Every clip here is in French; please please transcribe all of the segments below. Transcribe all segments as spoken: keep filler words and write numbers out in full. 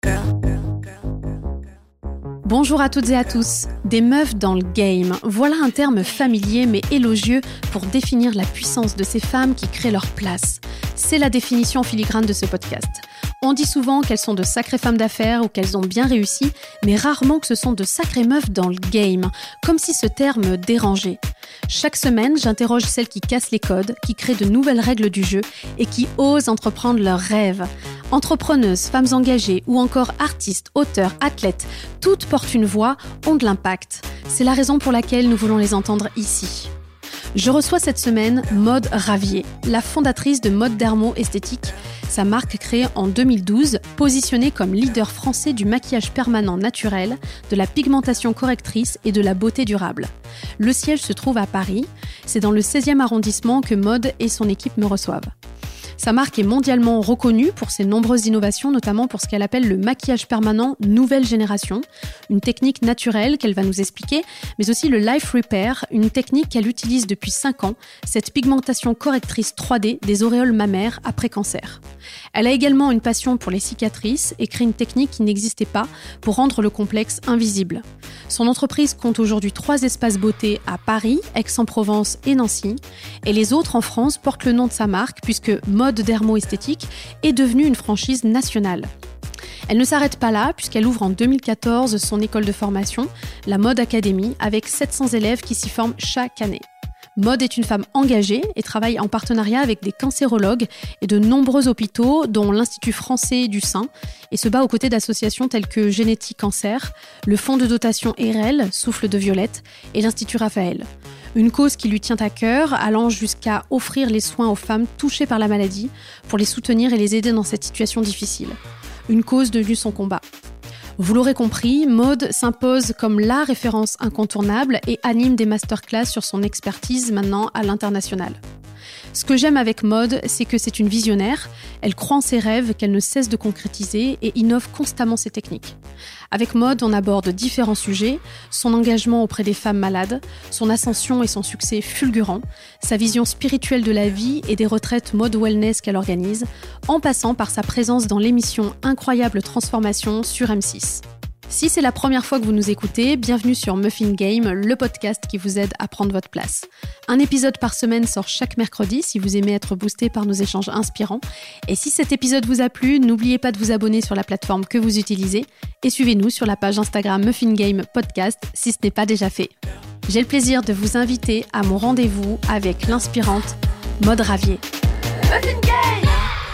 Bonjour à toutes et à tous. Des meufs dans le game. Voilà un terme familier mais élogieux pour définir la puissance de ces femmes qui créent leur place. C'est la définition filigrane de ce podcast. On dit souvent qu'elles sont de sacrées femmes d'affaires ou qu'elles ont bien réussi, mais rarement que ce sont de sacrées meufs dans le game, comme si ce terme dérangeait. Chaque semaine, j'interroge celles qui cassent les codes, qui créent de nouvelles règles du jeu et qui osent entreprendre leurs rêves. Entrepreneuses, femmes engagées ou encore artistes, auteurs, athlètes, toutes portent une voix, ont de l'impact. C'est la raison pour laquelle nous voulons les entendre ici. Je reçois cette semaine Maude Ravier, la fondatrice de Mode Dermo Esthétique, sa marque créée en deux mille douze, positionnée comme leader français du maquillage permanent naturel, de la pigmentation correctrice et de la beauté durable. Le siège se trouve à Paris, c'est dans le seizième arrondissement que Maude et son équipe me reçoivent. Sa marque est mondialement reconnue pour ses nombreuses innovations, notamment pour ce qu'elle appelle le maquillage permanent nouvelle génération, une technique naturelle qu'elle va nous expliquer, mais aussi le Life Repair, une technique qu'elle utilise depuis cinq ans, cette pigmentation correctrice trois D des auréoles mammaires après cancer. Elle a également une passion pour les cicatrices et crée une technique qui n'existait pas pour rendre le complexe invisible. Son entreprise compte aujourd'hui trois espaces beauté à Paris, Aix-en-Provence et Nancy, et les autres en France portent le nom de sa marque puisque Mode Dermo Esthétique est devenue une franchise nationale. Elle ne s'arrête pas là puisqu'elle ouvre en deux mille quatorze son école de formation, la Mode Academy, avec sept cents élèves qui s'y forment chaque année. Maude est une femme engagée et travaille en partenariat avec des cancérologues et de nombreux hôpitaux, dont l'Institut français du sein, et se bat aux côtés d'associations telles que Génétique Cancer, le Fonds de dotation E R E L, Souffle de Violette, et l'Institut Raphaël. Une cause qui lui tient à cœur, allant jusqu'à offrir les soins aux femmes touchées par la maladie pour les soutenir et les aider dans cette situation difficile. Une cause devenue son combat. Vous l'aurez compris, Maude s'impose comme la référence incontournable et anime des masterclass sur son expertise maintenant à l'international. Ce que j'aime avec Maude, c'est que c'est une visionnaire, elle croit en ses rêves qu'elle ne cesse de concrétiser et innove constamment ses techniques. Avec Maude, on aborde différents sujets, son engagement auprès des femmes malades, son ascension et son succès fulgurant, sa vision spirituelle de la vie et des retraites Maude Wellness qu'elle organise, en passant par sa présence dans l'émission Incroyable Transformation sur M six. Si c'est la première fois que vous nous écoutez, bienvenue sur Muffin Game, le podcast qui vous aide à prendre votre place. Un épisode par semaine sort chaque mercredi si vous aimez être boosté par nos échanges inspirants. Et si cet épisode vous a plu, n'oubliez pas de vous abonner sur la plateforme que vous utilisez et suivez-nous sur la page Instagram Muffin Game Podcast si ce n'est pas déjà fait. J'ai le plaisir de vous inviter à mon rendez-vous avec l'inspirante Maude Ravier. Muffin Game!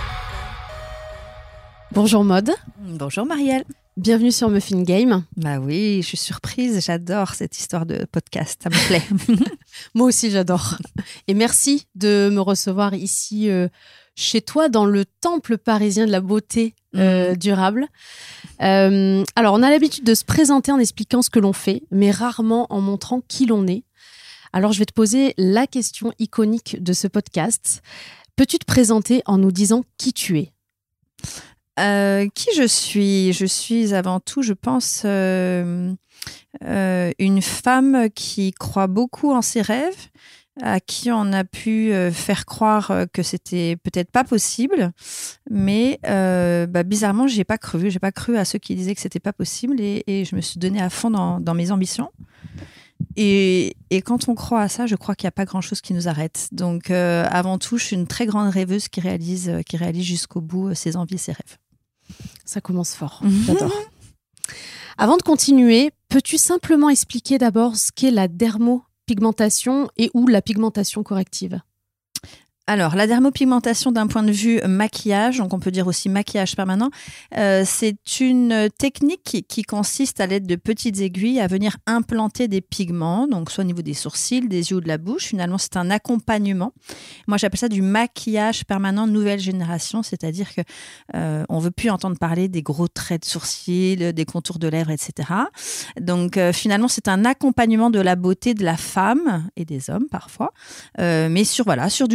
Bonjour Maude. Bonjour Marielle. Bienvenue sur Muffin Game. Bah oui, je suis surprise, j'adore cette histoire de podcast, ça me plaît. Moi aussi, j'adore. Et merci de me recevoir ici euh, chez toi, dans le temple parisien de la beauté euh, mmh. durable. Euh, alors, on a l'habitude de se présenter en expliquant ce que l'on fait, mais rarement en montrant qui l'on est. Alors, je vais te poser la question iconique de ce podcast. Peux-tu te présenter en nous disant qui tu es ? Euh, qui je suis ? Je suis avant tout, je pense, euh, euh, une femme qui croit beaucoup en ses rêves, à qui on a pu euh, faire croire que c'était peut-être pas possible, mais euh, bah, bizarrement, j'ai pas cru. J'ai pas cru à ceux qui disaient que c'était pas possible et, et je me suis donnée à fond dans, dans mes ambitions. Et, et quand on croit à ça, je crois qu'il n'y a pas grand-chose qui nous arrête. Donc, euh, avant tout, je suis une très grande rêveuse qui réalise, qui réalise jusqu'au bout ses envies et ses rêves. Ça commence fort, j'adore. Avant de continuer, peux-tu simplement expliquer d'abord ce qu'est la dermopigmentation et ou la pigmentation corrective ? Alors, la dermopigmentation d'un point de vue maquillage, donc on peut dire aussi maquillage permanent, euh, c'est une technique qui, qui consiste à l'aide de petites aiguilles à venir implanter des pigments, donc soit au niveau des sourcils, des yeux ou de la bouche. Finalement, c'est un accompagnement. Moi, j'appelle ça du maquillage permanent nouvelle génération, c'est-à-dire que euh, on veut plus entendre parler des gros traits de sourcils, des contours de lèvres, et cetera. Donc, euh, finalement, c'est un accompagnement de la beauté de la femme et des hommes parfois, euh, mais sur voilà, sur du long terme.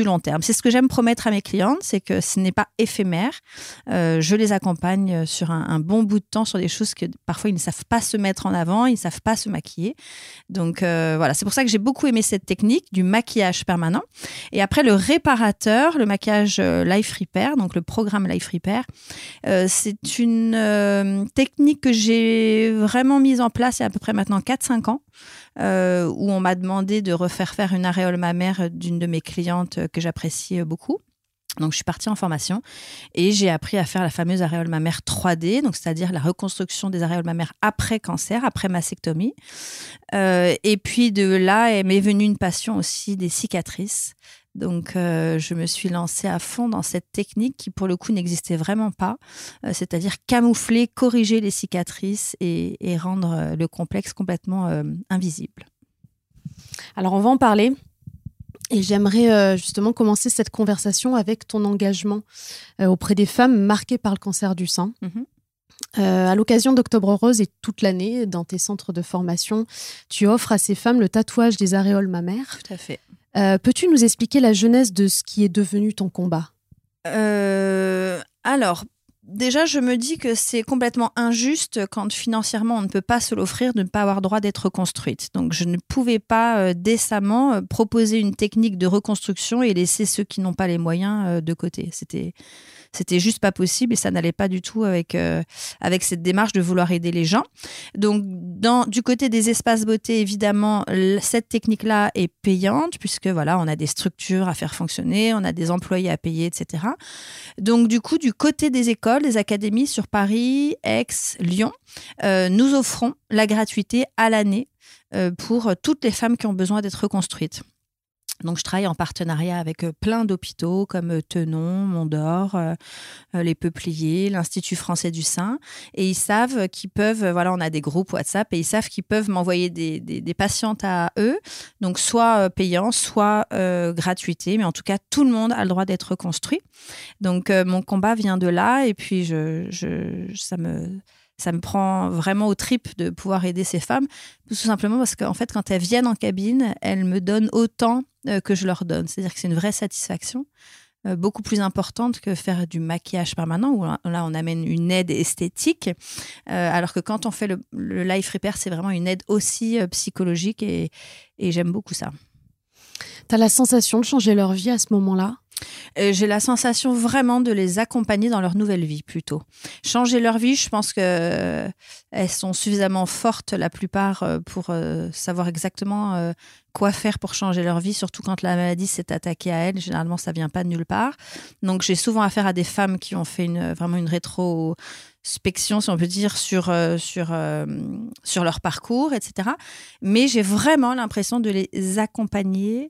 terme. C'est ce que j'aime promettre à mes clientes, c'est que ce n'est pas éphémère. Euh, je les accompagne sur un, un bon bout de temps sur des choses que parfois ils ne savent pas se mettre en avant, ils ne savent pas se maquiller. Donc euh, voilà, c'est pour ça que j'ai beaucoup aimé cette technique du maquillage permanent. Et après, le réparateur, le maquillage euh, Life Repair, donc le programme Life Repair, euh, c'est une euh, technique que j'ai vraiment mise en place il y a à peu près maintenant quatre cinq ans, euh, où on m'a demandé de refaire faire une aréole mammaire d'une de mes clientes que j'apprécie beaucoup. Donc, je suis partie en formation et j'ai appris à faire la fameuse aréole mammaire trois D, donc c'est-à-dire la reconstruction des aréoles mammaires après cancer, après mastectomie. Euh, et puis de là, m'est venue une passion aussi des cicatrices. Donc, euh, je me suis lancée à fond dans cette technique qui, pour le coup, n'existait vraiment pas, euh, c'est-à-dire camoufler, corriger les cicatrices et, et rendre le complexe complètement euh, invisible. Alors, on va en parler. Et j'aimerais euh, justement commencer cette conversation avec ton engagement euh, auprès des femmes marquées par le cancer du sein. Mm-hmm. Euh, à l'occasion d'Octobre Rose et toute l'année, dans tes centres de formation, tu offres à ces femmes le tatouage des aréoles mammaires. Tout à fait. Euh, peux-tu nous expliquer la genèse de ce qui est devenu ton combat ? euh, Alors, déjà, je me dis que c'est complètement injuste quand financièrement on ne peut pas se l'offrir de ne pas avoir droit d'être reconstruite. Donc, je ne pouvais pas euh, décemment euh, proposer une technique de reconstruction et laisser ceux qui n'ont pas les moyens euh, de côté. C'était, c'était juste pas possible et ça n'allait pas du tout avec, euh, avec cette démarche de vouloir aider les gens. Donc, dans, du côté des espaces beauté, évidemment, cette technique-là est payante puisque voilà, on a des structures à faire fonctionner, on a des employés à payer, et cetera. Donc, du coup, du côté des écoles, des académies sur Paris, Aix, Lyon, euh, nous offrons la gratuité à l'année euh, pour toutes les femmes qui ont besoin d'être reconstruites. Donc, je travaille en partenariat avec plein d'hôpitaux comme Tenon, Mont-d'Or, euh, les Peupliers, l'Institut français du sein. Et ils savent qu'ils peuvent, voilà, on a des groupes WhatsApp et ils savent qu'ils peuvent m'envoyer des, des, des patientes à eux. Donc, soit payant, soit euh, gratuité. Mais en tout cas, tout le monde a le droit d'être reconstruit. Donc, euh, mon combat vient de là. Et puis, je, je, ça me... Ça me prend vraiment aux tripes de pouvoir aider ces femmes, tout simplement parce qu'en fait, quand elles viennent en cabine, elles me donnent autant euh, que je leur donne. C'est-à-dire que c'est une vraie satisfaction, euh, beaucoup plus importante que faire du maquillage permanent, où là, on amène une aide esthétique, euh, alors que quand on fait le, le Life Repair, c'est vraiment une aide aussi euh, psychologique et, et j'aime beaucoup ça. Tu as la sensation de changer leur vie à ce moment-là ? Euh, j'ai la sensation vraiment de les accompagner dans leur nouvelle vie plutôt. Changer leur vie, je pense qu'elles euh, sont suffisamment fortes la plupart euh, pour euh, savoir exactement euh, quoi faire pour changer leur vie, surtout quand la maladie s'est attaquée à elles. Généralement, ça ne vient pas de nulle part. Donc, j'ai souvent affaire à des femmes qui ont fait une, vraiment une rétrospection, si on peut dire, sur, euh, sur, euh, sur leur parcours, et cetera. Mais j'ai vraiment l'impression de les accompagner,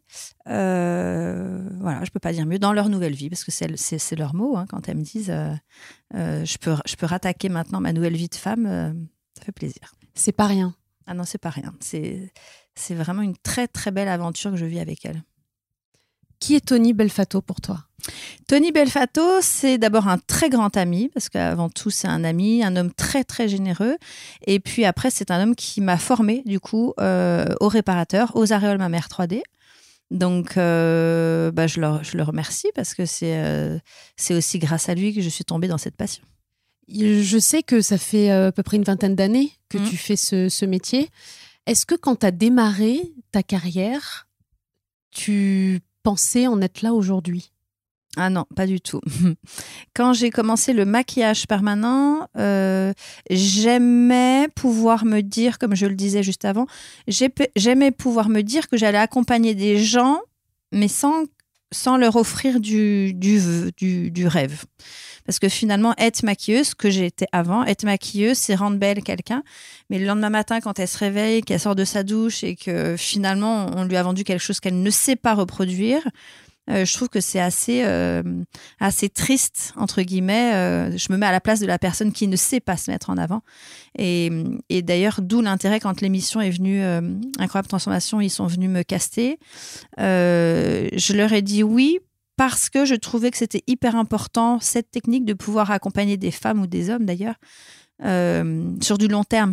euh, voilà, je ne peux pas dire mieux, dans leur nouvelle vie, parce que c'est, c'est, c'est leur mot, hein, quand elles me disent euh, euh, je peux, je peux rattaquer maintenant ma nouvelle vie de femme, euh, ça fait plaisir. C'est pas rien. Ah non, c'est pas rien. C'est, c'est vraiment une très, très belle aventure que je vis avec elle. Qui est Tony Belfato pour toi ? Tony Belfato, c'est d'abord un très grand ami, parce qu'avant tout, c'est un ami, un homme très, très généreux. Et puis après, c'est un homme qui m'a formée, du coup, euh, au réparateur, aux aréoles mammaires trois D. Donc, euh, bah, je, le, je le remercie parce que c'est, euh, c'est aussi grâce à lui que je suis tombée dans cette passion. Je sais que ça fait à peu près une vingtaine d'années que mmh. tu fais ce, ce métier. Est-ce que quand tu as démarré ta carrière, tu pensais en être là aujourd'hui ? Ah non, pas du tout. Quand j'ai commencé le maquillage permanent, euh, j'aimais pouvoir me dire, comme je le disais juste avant, j'aimais pouvoir me dire que j'allais accompagner des gens, mais sans, sans leur offrir du, du, du, du rêve. Parce que finalement, être maquilleuse, ce que j'étais avant, être maquilleuse, c'est rendre belle quelqu'un. Mais le lendemain matin, quand elle se réveille, qu'elle sort de sa douche et que finalement, on lui a vendu quelque chose qu'elle ne sait pas reproduire, Euh, je trouve que c'est assez, euh, assez triste, entre guillemets. Euh, je me mets à la place de la personne qui ne sait pas se mettre en avant. Et, et d'ailleurs, d'où l'intérêt quand l'émission est venue, euh, Incroyable Transformation, ils sont venus me caster. Euh, je leur ai dit oui parce que je trouvais que c'était hyper important, cette technique de pouvoir accompagner des femmes ou des hommes d'ailleurs, euh, sur du long terme.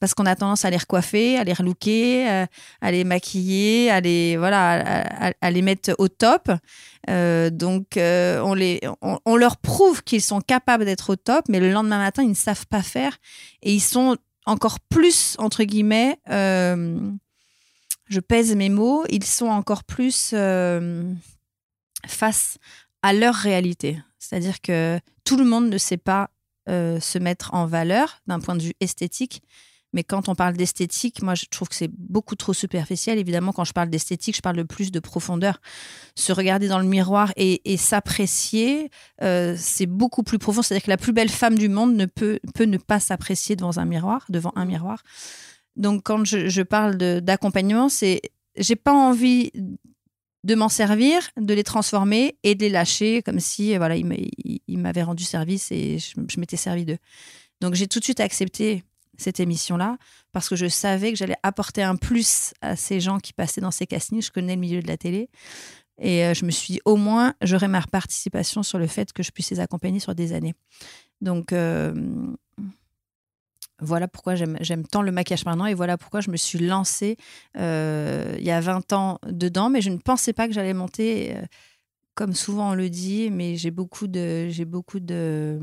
parce qu'on a tendance à les recoiffer, à les relooker, à, à les maquiller, à les, voilà, à, à, à les mettre au top. Euh, donc, euh, on, les, on, on leur prouve qu'ils sont capables d'être au top, mais le lendemain matin, ils ne savent pas faire. Et ils sont encore plus, entre guillemets, euh, je pèse mes mots, ils sont encore plus euh, face à leur réalité. C'est-à-dire que tout le monde ne sait pas euh, se mettre en valeur d'un point de vue esthétique. Mais quand on parle d'esthétique, moi, je trouve que c'est beaucoup trop superficiel. Évidemment, quand je parle d'esthétique, je parle de plus de profondeur. Se regarder dans le miroir et, et s'apprécier, euh, c'est beaucoup plus profond. C'est-à-dire que la plus belle femme du monde ne peut, peut ne pas s'apprécier devant un miroir, devant un miroir. Donc, quand je, je parle de, d'accompagnement, c'est, j'ai pas envie de m'en servir, de les transformer et de les lâcher comme si, voilà, ils, ils m'avaient rendu service et je, je m'étais servi d'eux. Donc, j'ai tout de suite accepté cette émission-là, parce que je savais que j'allais apporter un plus à ces gens qui passaient dans ces castings. Je connais le milieu de la télé. Et euh, je me suis dit, au moins, j'aurai ma participation sur le fait que je puisse les accompagner sur des années. Donc, euh, voilà pourquoi j'aime, j'aime tant le maquillage maintenant et voilà pourquoi je me suis lancée euh, il y a vingt ans dedans. Mais je ne pensais pas que j'allais monter, euh, comme souvent on le dit, mais j'ai beaucoup de... J'ai beaucoup de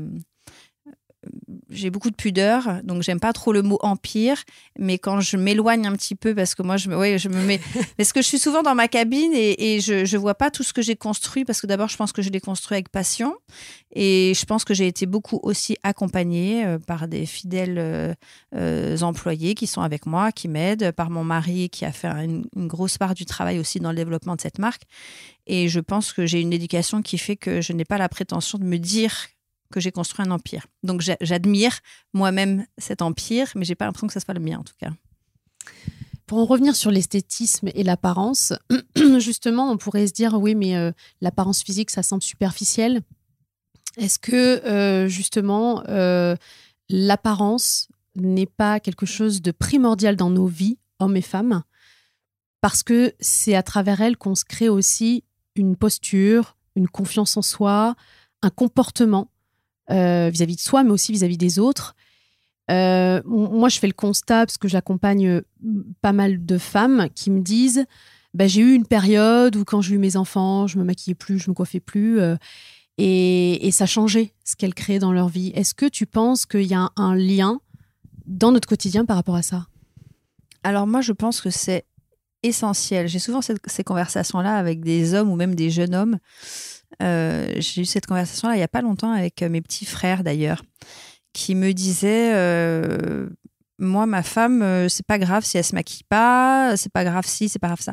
J'ai beaucoup de pudeur, donc j'aime pas trop le mot empire, mais quand je m'éloigne un petit peu, parce que moi, je me, ouais, je me mets... Parce que je suis souvent dans ma cabine et, et je, je vois pas tout ce que j'ai construit, parce que d'abord, je pense que je l'ai construit avec passion, et je pense que j'ai été beaucoup aussi accompagnée euh, par des fidèles euh, euh, employés qui sont avec moi, qui m'aident, par mon mari qui a fait une, une grosse part du travail aussi dans le développement de cette marque, et je pense que j'ai une éducation qui fait que je n'ai pas la prétention de me dire que j'ai construit un empire. Donc j'admire moi-même cet empire, mais j'ai pas l'impression que ça soit le mien en tout cas. Pour en revenir sur l'esthétisme et l'apparence, justement, on pourrait se dire oui, mais euh, l'apparence physique, ça semble superficiel. Est-ce que euh, justement euh, l'apparence n'est pas quelque chose de primordial dans nos vies, hommes et femmes, parce que c'est à travers elle qu'on se crée aussi une posture, une confiance en soi, un comportement Euh, vis-à-vis de soi, mais aussi vis-à-vis des autres. Euh, moi, je fais le constat, parce que j'accompagne pas mal de femmes qui me disent bah, j'ai eu une période où quand j'ai eu mes enfants, je me maquillais plus, je me coiffais plus, euh, et, et ça changeait ce qu'elles créaient dans leur vie. Est-ce que tu penses qu'il y a un, un lien dans notre quotidien par rapport à ça ? Alors moi, je pense que c'est essentiel. J'ai souvent cette, ces conversations-là avec des hommes ou même des jeunes hommes. Euh, j'ai eu cette conversation-là il n'y a pas longtemps avec mes petits frères d'ailleurs, qui me disaient euh, moi, ma femme, euh, c'est pas grave si elle se maquille pas, c'est pas grave si, c'est pas grave ça.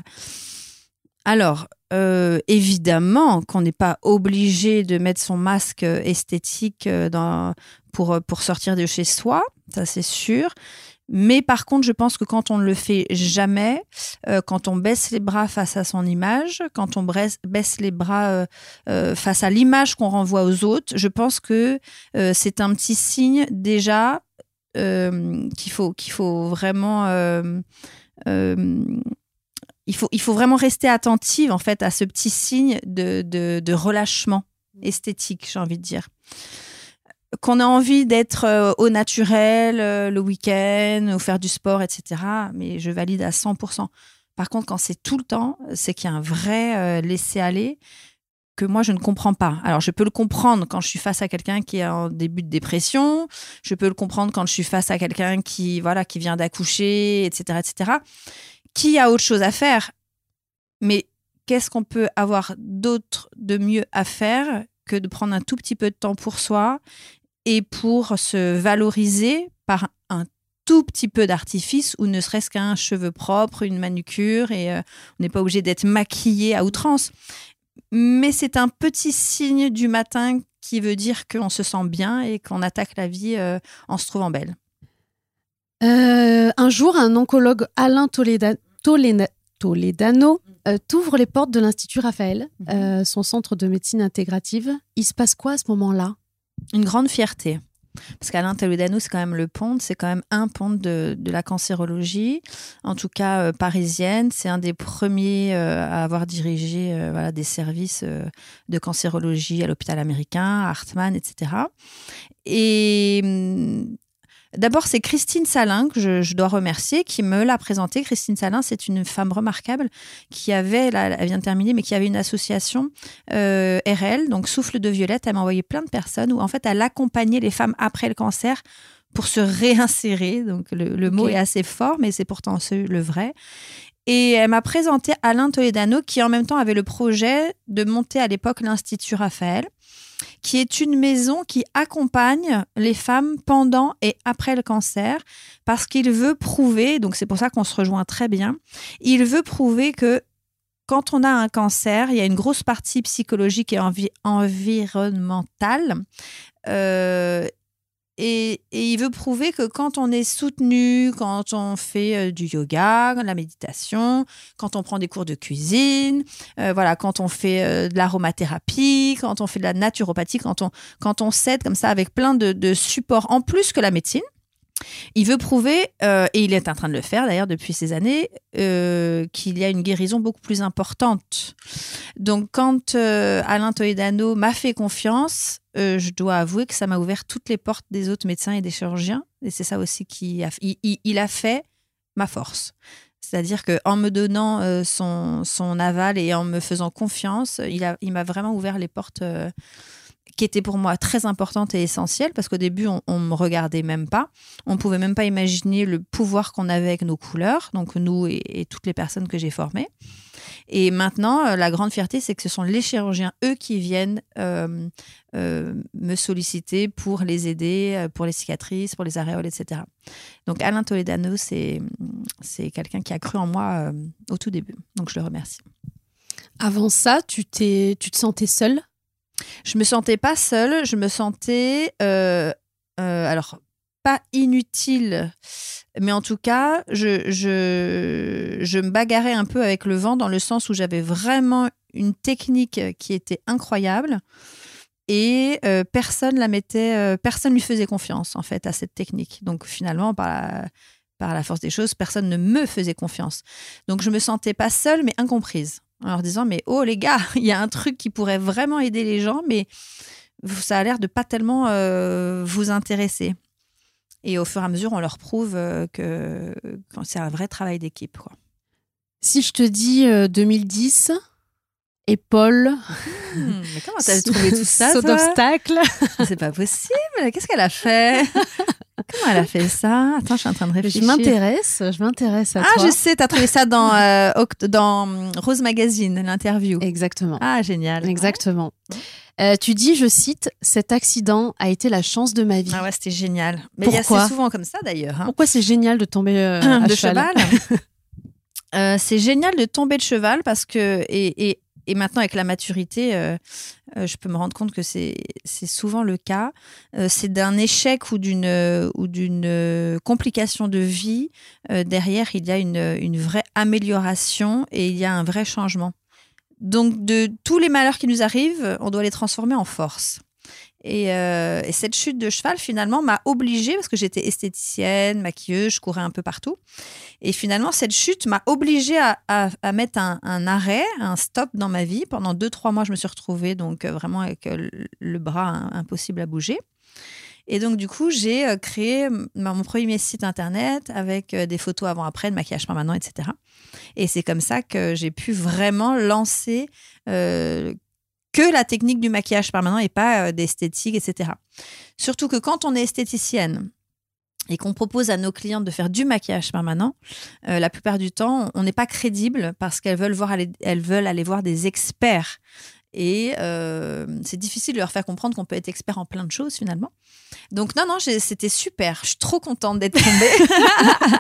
Alors, euh, évidemment qu'on n'est pas obligé de mettre son masque esthétique dans, pour, pour sortir de chez soi, ça c'est sûr. Mais par contre, je pense que quand on ne le fait jamais, euh, quand on baisse les bras face à son image, quand on baisse, baisse les bras euh, euh, face à l'image qu'on renvoie aux autres, je pense que euh, c'est un petit signe déjà euh, qu'il faut, qu'il faut vraiment... Euh, euh, il faut, il faut vraiment rester attentive en fait, à ce petit signe de, de, de relâchement esthétique, j'ai envie de dire. Qu'on a envie d'être euh, au naturel euh, le week-end ou faire du sport, et cetera. Mais je valide à cent pour cent. Par contre, quand c'est tout le temps, c'est qu'il y a un vrai euh, laisser-aller que moi, je ne comprends pas. Alors, je peux le comprendre quand je suis face à quelqu'un qui est en début de dépression. Je peux le comprendre quand je suis face à quelqu'un qui, voilà, qui vient d'accoucher, et cetera, et cetera. Qui a autre chose à faire. Mais qu'est-ce qu'on peut avoir d'autre de mieux à faire que de prendre un tout petit peu de temps pour soi et pour se valoriser par un tout petit peu d'artifice ou ne serait-ce qu'un cheveu propre, une manucure, et euh, on n'est pas obligé d'être maquillé à outrance. Mais c'est un petit signe du matin qui veut dire qu'on se sent bien et qu'on attaque la vie euh, en se trouvant belle. Euh, un jour, un oncologue, Alain Toleda- Tolena- Toledano, euh, t'ouvre les portes de l'Institut Raphaël, mmh. euh, son centre de médecine intégrative. Il se passe quoi à ce moment-là ? Une grande fierté. Parce qu'Alain Toledano, c'est quand même le ponte, c'est quand même un ponte de, de la cancérologie, en tout cas euh, parisienne. C'est un des premiers euh, à avoir dirigé euh, voilà, des services euh, de cancérologie à l'hôpital américain, à Hartmann, et cetera. Et hum, D'abord, c'est Christine Salin, que je, je dois remercier, qui me l'a présentée. Christine Salin, c'est une femme remarquable qui avait, là, elle vient de terminer, mais qui avait une association euh, R L, donc Souffle de Violette. Elle m'a envoyé plein de personnes où, en fait, elle accompagnait les femmes après le cancer pour se réinsérer. Donc, le, le mot Okay. est assez fort, mais c'est pourtant ce, le vrai. Et elle m'a présenté Alain Toledano, qui en même temps avait le projet de monter à l'époque l'Institut Raphaël, qui est une maison qui accompagne les femmes pendant et après le cancer, parce qu'il veut prouver, donc c'est pour ça qu'on se rejoint très bien, il veut prouver que quand on a un cancer, il y a une grosse partie psychologique et envi- environnementale, euh, Et, et il veut prouver que quand on est soutenu, quand on fait euh, du yoga, de la méditation, quand on prend des cours de cuisine, euh, voilà, quand on fait euh, de l'aromathérapie, quand on fait de la naturopathie, quand on, quand on s'aide comme ça avec plein de, de supports en plus que la médecine, il veut prouver, euh, et il est en train de le faire d'ailleurs depuis ces années, euh, qu'il y a une guérison beaucoup plus importante. Donc quand euh, Alain Toledano m'a fait confiance, euh, je dois avouer que ça m'a ouvert toutes les portes des autres médecins et des chirurgiens. Et c'est ça aussi qui a, il, il, il a fait ma force. C'est-à-dire qu'en me donnant euh, son, son aval et en me faisant confiance, il, a, il m'a vraiment ouvert les portes euh, qui étaient pour moi très importantes et essentielles, parce qu'au début, on ne me regardait même pas. On ne pouvait même pas imaginer le pouvoir qu'on avait avec nos couleurs, donc nous et, et toutes les personnes que j'ai formées. Et maintenant, euh, la grande fierté, c'est que ce sont les chirurgiens, eux, qui viennent euh, euh, me solliciter pour les aider, euh, pour les cicatrices, pour les aréoles, et cetera. Donc Alain Toledano, c'est, c'est quelqu'un qui a cru en moi euh, au tout début. Donc je le remercie. Avant ça, tu, t'es, tu te sentais seule ? Je me sentais pas seule, je me sentais, euh, euh, alors, pas inutile, mais en tout cas, je, je, je me bagarrais un peu avec le vent dans le sens où j'avais vraiment une technique qui était incroyable et euh, personne la mettait, euh, personne lui faisait confiance en fait à cette technique. Donc finalement, par la, par la force des choses, personne ne me faisait confiance. Donc je me sentais pas seule, mais incomprise. En leur disant, mais oh les gars, il y a un truc qui pourrait vraiment aider les gens, mais ça a l'air de pas tellement euh, vous intéresser. Et au fur et à mesure, on leur prouve euh, que, que c'est un vrai travail d'équipe, quoi. Si je te dis euh, deux mille dix, épaule, mmh, mais comment t'as trouvé tout ça, saut toi d'obstacle. C'est pas possible. Qu'est-ce qu'elle a fait? Comment elle a fait ça? Attends, je suis en train de réfléchir. Je m'intéresse, je m'intéresse à ah, toi. Ah, je sais, t'as trouvé ça dans, euh, dans Rose Magazine, l'interview. Exactement. Ah, génial. Exactement. Ouais. Euh, tu dis, je cite, « Cet accident a été la chance de ma vie ». Ah ouais, c'était génial. Mais pourquoi? c'est souvent comme ça, d'ailleurs. Hein. Pourquoi c'est génial de tomber euh, à de cheval, cheval euh, C'est génial de tomber de cheval parce que... Et, et, et maintenant, avec la maturité, euh, euh, je peux me rendre compte que c'est, c'est souvent le cas. Euh, c'est d'un échec ou d'une, euh, ou d'une euh, complication de vie. Euh, derrière, il y a une, une vraie amélioration et il y a un vrai changement. Donc, de tous les malheurs qui nous arrivent, on doit les transformer en force. Et, euh, et cette chute de cheval, finalement, m'a obligée, parce que j'étais esthéticienne, maquilleuse, je courais un peu partout. Et finalement, cette chute m'a obligée à, à, à mettre un, un arrêt, un stop dans ma vie. Pendant deux, trois mois, je me suis retrouvée donc, vraiment avec le, le bras impossible à bouger. Et donc, du coup, j'ai créé mon premier site internet avec des photos avant-après, de maquillage permanent, et cetera. Et c'est comme ça que j'ai pu vraiment lancer euh, que la technique du maquillage permanent et pas euh, d'esthétique, et cetera. Surtout que quand on est esthéticienne et qu'on propose à nos clientes de faire du maquillage permanent, euh, la plupart du temps, on n'est pas crédible parce qu'elles veulent, voir aller, elles veulent aller voir des experts. Et euh, c'est difficile de leur faire comprendre qu'on peut être expert en plein de choses, finalement. Donc, non, non, j'ai, c'était super. Je suis trop contente d'être tombée.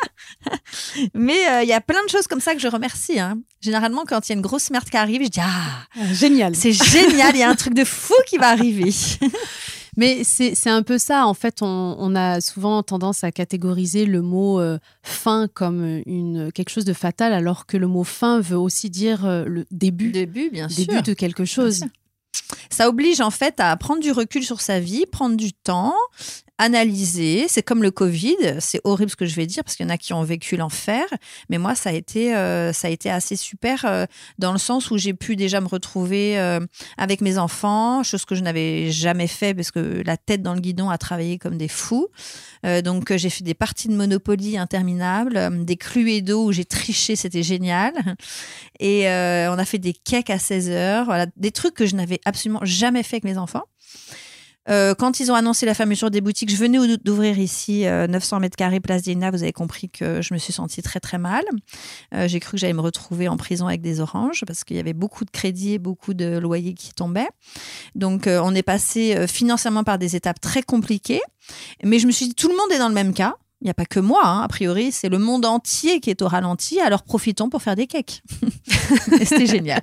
Mais il euh, y a plein de choses comme ça que je remercie. Hein. Généralement, quand il y a une grosse merde qui arrive, je dis « Ah, ah génial. C'est génial, il y a un truc de fou qui va arriver. » Mais c'est, c'est un peu ça. En fait, on, on a souvent tendance à catégoriser le mot euh, fin comme une, quelque chose de fatal, alors que le mot fin veut aussi dire euh, le début. Début, bien sûr. Début de quelque chose. Ça oblige en fait à prendre du recul sur sa vie, prendre du temps analysé. C'est comme le Covid. C'est horrible ce que je vais dire parce qu'il y en a qui ont vécu l'enfer. Mais moi, ça a été, euh, ça a été assez super euh, dans le sens où j'ai pu déjà me retrouver euh, avec mes enfants, chose que je n'avais jamais fait parce que la tête dans le guidon a travaillé comme des fous. Euh, donc, j'ai fait des parties de Monopoly interminables, euh, des Cluedo où j'ai triché, c'était génial. Et euh, on a fait des cakes à seize heures. Voilà, des trucs que je n'avais absolument jamais fait avec mes enfants. Euh, quand ils ont annoncé la fermeture des boutiques, je venais d'ouvrir ici euh, neuf cents mètres carrés place d'Iéna. Vous avez compris que je me suis sentie très très mal. Euh, j'ai cru que j'allais me retrouver en prison avec des oranges parce qu'il y avait beaucoup de crédits et beaucoup de loyers qui tombaient. Donc euh, on est passé euh, financièrement par des étapes très compliquées. Mais je me suis dit, tout le monde est dans le même cas. Il n'y a pas que moi, hein. A priori, c'est le monde entier qui est au ralenti. Alors profitons pour faire des cakes. Et c'était génial.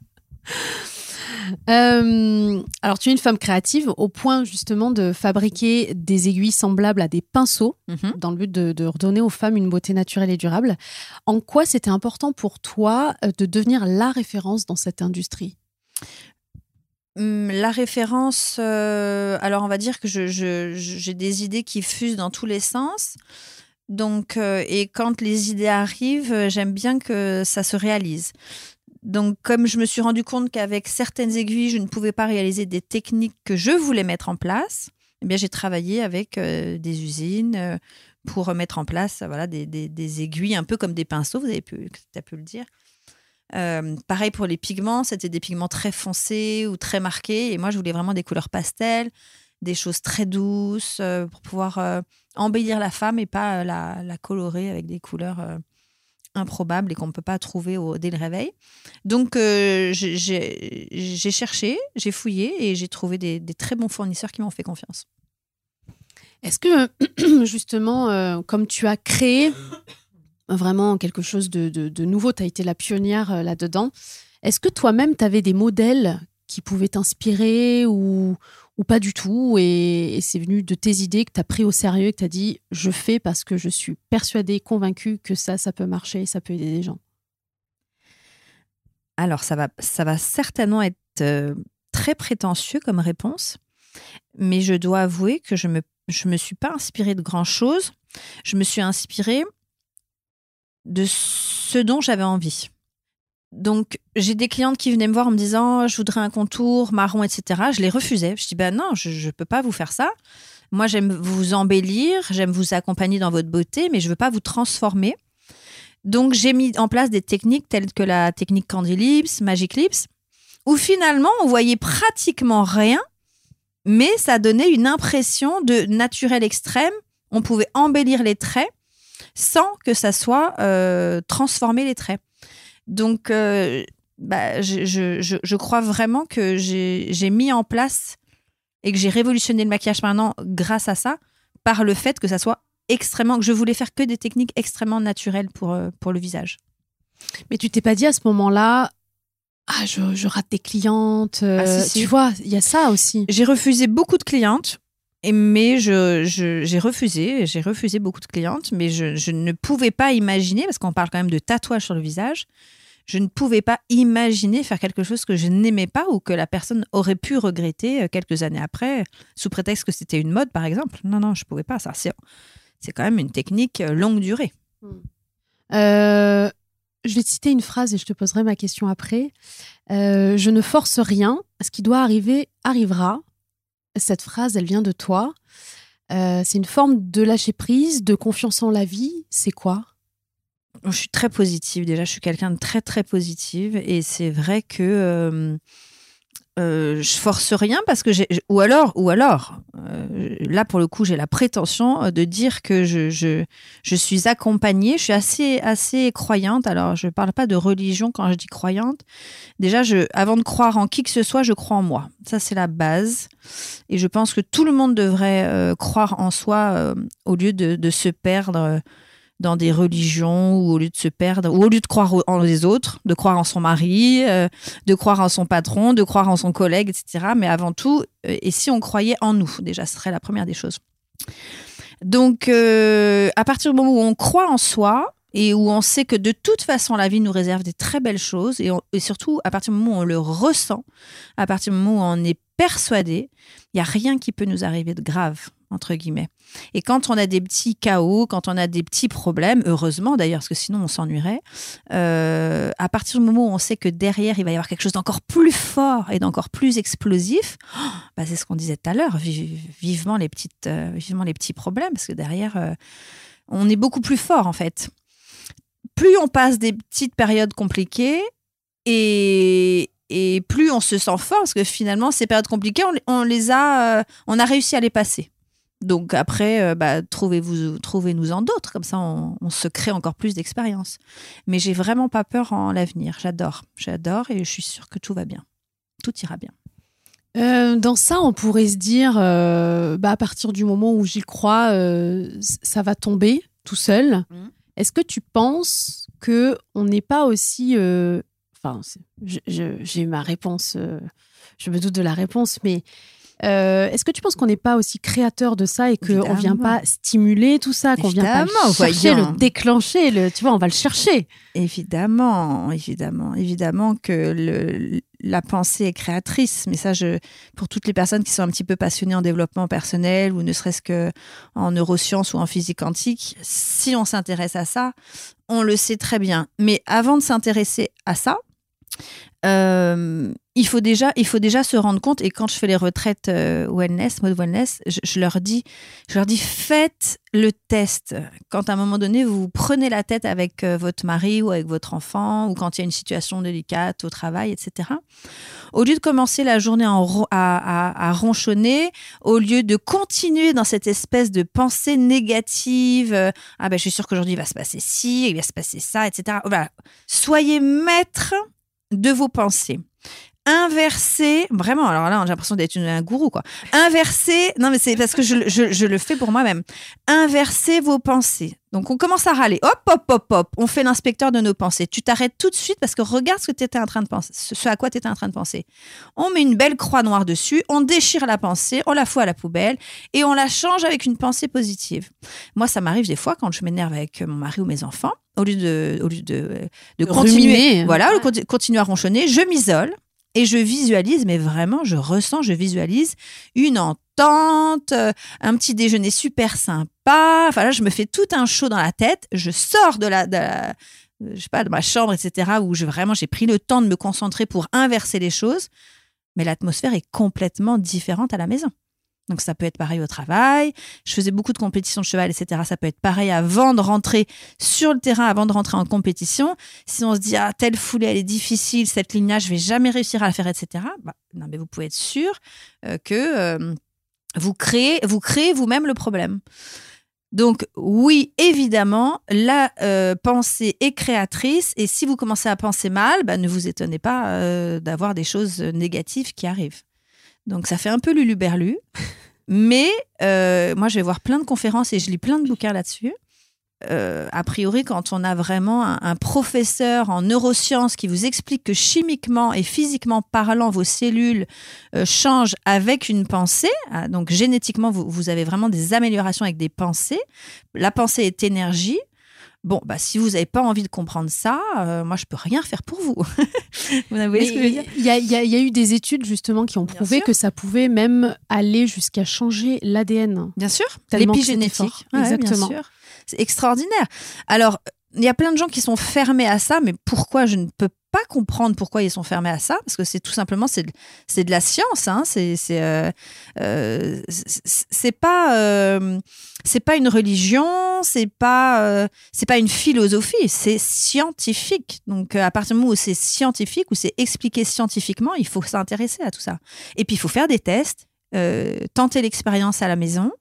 Euh, alors, tu es une femme créative au point justement de fabriquer des aiguilles semblables à des pinceaux mm-hmm. dans le but de, de redonner aux femmes une beauté naturelle et durable. En quoi c'était important pour toi de devenir la référence dans cette industrie ? La référence, euh, alors on va dire que je, je, j'ai des idées qui fusent dans tous les sens. Donc, euh, et quand les idées arrivent, j'aime bien que ça se réalise. Donc, comme je me suis rendu compte qu'avec certaines aiguilles, je ne pouvais pas réaliser des techniques que je voulais mettre en place, eh bien, j'ai travaillé avec euh, des usines euh, pour mettre en place voilà, des, des, des aiguilles un peu comme des pinceaux, vous avez pu, tu as pu le dire. Euh, pareil pour les pigments, c'était des pigments très foncés ou très marqués. Et moi, je voulais vraiment des couleurs pastel, des choses très douces euh, pour pouvoir euh, embellir la femme et pas euh, la, la colorer avec des couleurs... Euh, improbable et qu'on ne peut pas trouver au, dès le réveil. Donc, euh, j'ai, j'ai, j'ai cherché, j'ai fouillé et j'ai trouvé des, des très bons fournisseurs qui m'ont fait confiance. Est-ce que, justement, euh, comme tu as créé vraiment quelque chose de, de, de nouveau, tu as été la pionnière euh, là-dedans, est-ce que toi-même, tu avais des modèles qui pouvaient t'inspirer ou, ou pas du tout et, et c'est venu de tes idées que tu as pris au sérieux et que tu as dit « je fais parce que je suis persuadée, convaincue que ça, ça peut marcher, ça peut aider des gens ». Alors, ça va, ça va certainement être euh, très prétentieux comme réponse, mais je dois avouer que je ne me, je me suis pas inspirée de grand-chose. Je me suis inspirée de ce dont j'avais envie. Donc, j'ai des clientes qui venaient me voir en me disant « je voudrais un contour marron, et cetera » Je les refusais. Je dis ben « non, je ne peux pas vous faire ça. Moi, j'aime vous embellir, j'aime vous accompagner dans votre beauté, mais je ne veux pas vous transformer. » Donc, j'ai mis en place des techniques telles que la technique Candy Lips, Magic Lips, où finalement, on voyait pratiquement rien, mais ça donnait une impression de naturel extrême. On pouvait embellir les traits sans que ça soit euh, transformer les traits. Donc, euh, bah, je, je, je, je crois vraiment que j'ai, j'ai mis en place et que j'ai révolutionné le maquillage maintenant grâce à ça, par le fait que ça soit extrêmement... que je voulais faire que des techniques extrêmement naturelles pour, pour le visage. Mais tu t'es pas dit à ce moment-là « ah, je, je rate des clientes euh, ». Ah, si, si. Tu vois, il y a ça aussi. J'ai refusé beaucoup de clientes, mais je, je, j'ai refusé, j'ai refusé beaucoup de clientes, mais je, je ne pouvais pas imaginer, parce qu'on parle quand même de tatouage sur le visage, je ne pouvais pas imaginer faire quelque chose que je n'aimais pas ou que la personne aurait pu regretter quelques années après, sous prétexte que c'était une mode, par exemple. Non, non, je ne pouvais pas. Ça, c'est, c'est quand même une technique longue durée. Euh, je vais te citer une phrase et je te poserai ma question après. Euh, je ne force rien. Ce qui doit arriver, arrivera. Cette phrase, elle vient de toi. Euh, c'est une forme de lâcher prise, de confiance en la vie. C'est quoi ? Je suis très positive déjà, je suis quelqu'un de très très positive et c'est vrai que euh, euh, je force rien parce que j'ai... Ou alors, ou alors euh, là pour le coup j'ai la prétention de dire que je, je, je suis accompagnée, je suis assez, assez croyante, alors je ne parle pas de religion quand je dis croyante, déjà je, avant de croire en qui que ce soit, je crois en moi, ça c'est la base et je pense que tout le monde devrait euh, croire en soi euh, au lieu de, de se perdre euh, dans des religions ou au lieu de se perdre, ou au lieu de croire en les autres, de croire en son mari, euh, de croire en son patron, de croire en son collègue, et cetera. Mais avant tout, euh, et si on croyait en nous, déjà, ce serait la première des choses. Donc, euh, à partir du moment où on croit en soi et où on sait que de toute façon, la vie nous réserve des très belles choses, et, on, et surtout, à partir du moment où on le ressent, à partir du moment où on est persuadée, il n'y a rien qui peut nous arriver de grave, entre guillemets. Et quand on a des petits chaos, quand on a des petits problèmes, heureusement d'ailleurs, parce que sinon on s'ennuierait, euh, à partir du moment où on sait que derrière, il va y avoir quelque chose d'encore plus fort et d'encore plus explosif, oh, bah c'est ce qu'on disait tout à l'heure, vivement les, petites, euh, vivement les petits problèmes, parce que derrière, euh, on est beaucoup plus fort en fait. Plus on passe des petites périodes compliquées, et... Et plus on se sent fort, parce que finalement, ces périodes compliquées, on, on les a, euh, on a réussi à les passer. Donc après, euh, bah, trouvez-vous, trouvez-nous-en d'autres, comme ça, on, on se crée encore plus d'expérience. Mais j'ai vraiment pas peur en l'avenir. J'adore, j'adore, et je suis sûre que tout va bien, tout ira bien. Euh, dans ça, on pourrait se dire, euh, bah, à partir du moment où j'y crois, euh, ça va tomber tout seul. Mmh. Est-ce que tu penses que on n'est pas aussi euh, Enfin, je, je, j'ai ma réponse, euh, je me doute de la réponse, mais euh, est-ce que tu penses qu'on n'est pas aussi créateur de ça et qu'on ne vient pas stimuler tout ça, qu'on ne vient pas le chercher, voyons. le déclencher, le, tu vois, on va le chercher. Évidemment, évidemment, évidemment que le, la pensée est créatrice, mais ça, je, pour toutes les personnes qui sont un petit peu passionnées en développement personnel ou ne serait-ce qu'en neurosciences ou en physique quantique, si on s'intéresse à ça, on le sait très bien. Mais avant de s'intéresser à ça, Euh, il faut déjà, il faut déjà se rendre compte. Et quand je fais les retraites euh, wellness, mode wellness, je, je leur dis, je leur dis, faites le test. Quand à un moment donné vous prenez la tête avec euh, votre mari ou avec votre enfant, ou quand il y a une situation délicate au travail, et cetera. Au lieu de commencer la journée en ro- à, à, à ronchonner, au lieu de continuer dans cette espèce de pensée négative, euh, ah ben je suis sûre qu'aujourd'hui il va se passer ci, il va se passer ça, et cetera. Voilà. Soyez maître de vos pensées. Inverser, vraiment, alors là, j'ai l'impression d'être une, un gourou, quoi. Inverser, non, mais c'est parce que je, je, je le fais pour moi-même. Inverser vos pensées. Donc, on commence à râler. Hop, hop, hop, hop. On fait l'inspecteur de nos pensées. Tu t'arrêtes tout de suite parce que regarde ce que tu étais en train de penser, ce à quoi tu étais en train de penser. On met une belle croix noire dessus, on déchire la pensée, on la fout à la poubelle et on la change avec une pensée positive. Moi, ça m'arrive des fois quand je m'énerve avec mon mari ou mes enfants, au lieu de, au lieu de, de continuer, ruminer. Voilà, ouais. de continuer à ronchonner, je m'isole. Et je visualise, mais vraiment, je ressens, je visualise une entente, un petit déjeuner super sympa. Enfin là, je me fais tout un show dans la tête. Je sors de la, de la je sais pas, de ma chambre, et cetera, où je, vraiment, j'ai pris le temps de me concentrer pour inverser les choses. Mais l'atmosphère est complètement différente à la maison. Donc, ça peut être pareil au travail. Je faisais beaucoup de compétitions de cheval, et cetera. Ça peut être pareil avant de rentrer sur le terrain, avant de rentrer en compétition. Si on se dit, ah, telle foulée, elle est difficile, cette ligne-là, je vais jamais réussir à la faire, et cetera. Bah, non, mais vous pouvez être sûr euh, que euh, vous créez, vous créez vous-même le problème. Donc, oui, évidemment, la euh, pensée est créatrice. Et si vous commencez à penser mal, bah, ne vous étonnez pas euh, d'avoir des choses négatives qui arrivent. Donc, ça fait un peu lulu-berlu. Mais euh, moi, je vais voir plein de conférences et je lis plein de bouquins là-dessus. Euh, a priori, quand on a vraiment un, un professeur en neurosciences qui vous explique que chimiquement et physiquement parlant, vos cellules euh, changent avec une pensée, hein, donc génétiquement, vous, vous avez vraiment des améliorations avec des pensées. La pensée est énergie. Bon, bah, si vous n'avez pas envie de comprendre ça, euh, moi, je ne peux rien faire pour vous. Vous voyez ce que je veux dire ? Il y a, y, a, y a eu des études, justement, qui ont Bien prouvé sûr. que ça pouvait même aller jusqu'à changer l'A D N. Bien sûr, l'épigénétique. Ouais, exactement. Bien sûr. C'est extraordinaire. Alors, il y a plein de gens qui sont fermés à ça, mais pourquoi je ne peux pas comprendre pourquoi ils sont fermés à ça, parce que c'est tout simplement, c'est de, c'est de la science, hein, c'est, c'est, euh, euh, c'est, c'est pas... Euh, c'est pas une religion, c'est pas, euh, c'est pas une philosophie, c'est scientifique. Donc, à partir du moment où c'est scientifique, où c'est expliqué scientifiquement, il faut s'intéresser à tout ça. Et puis, il faut faire des tests, euh, tenter l'expérience à la maison.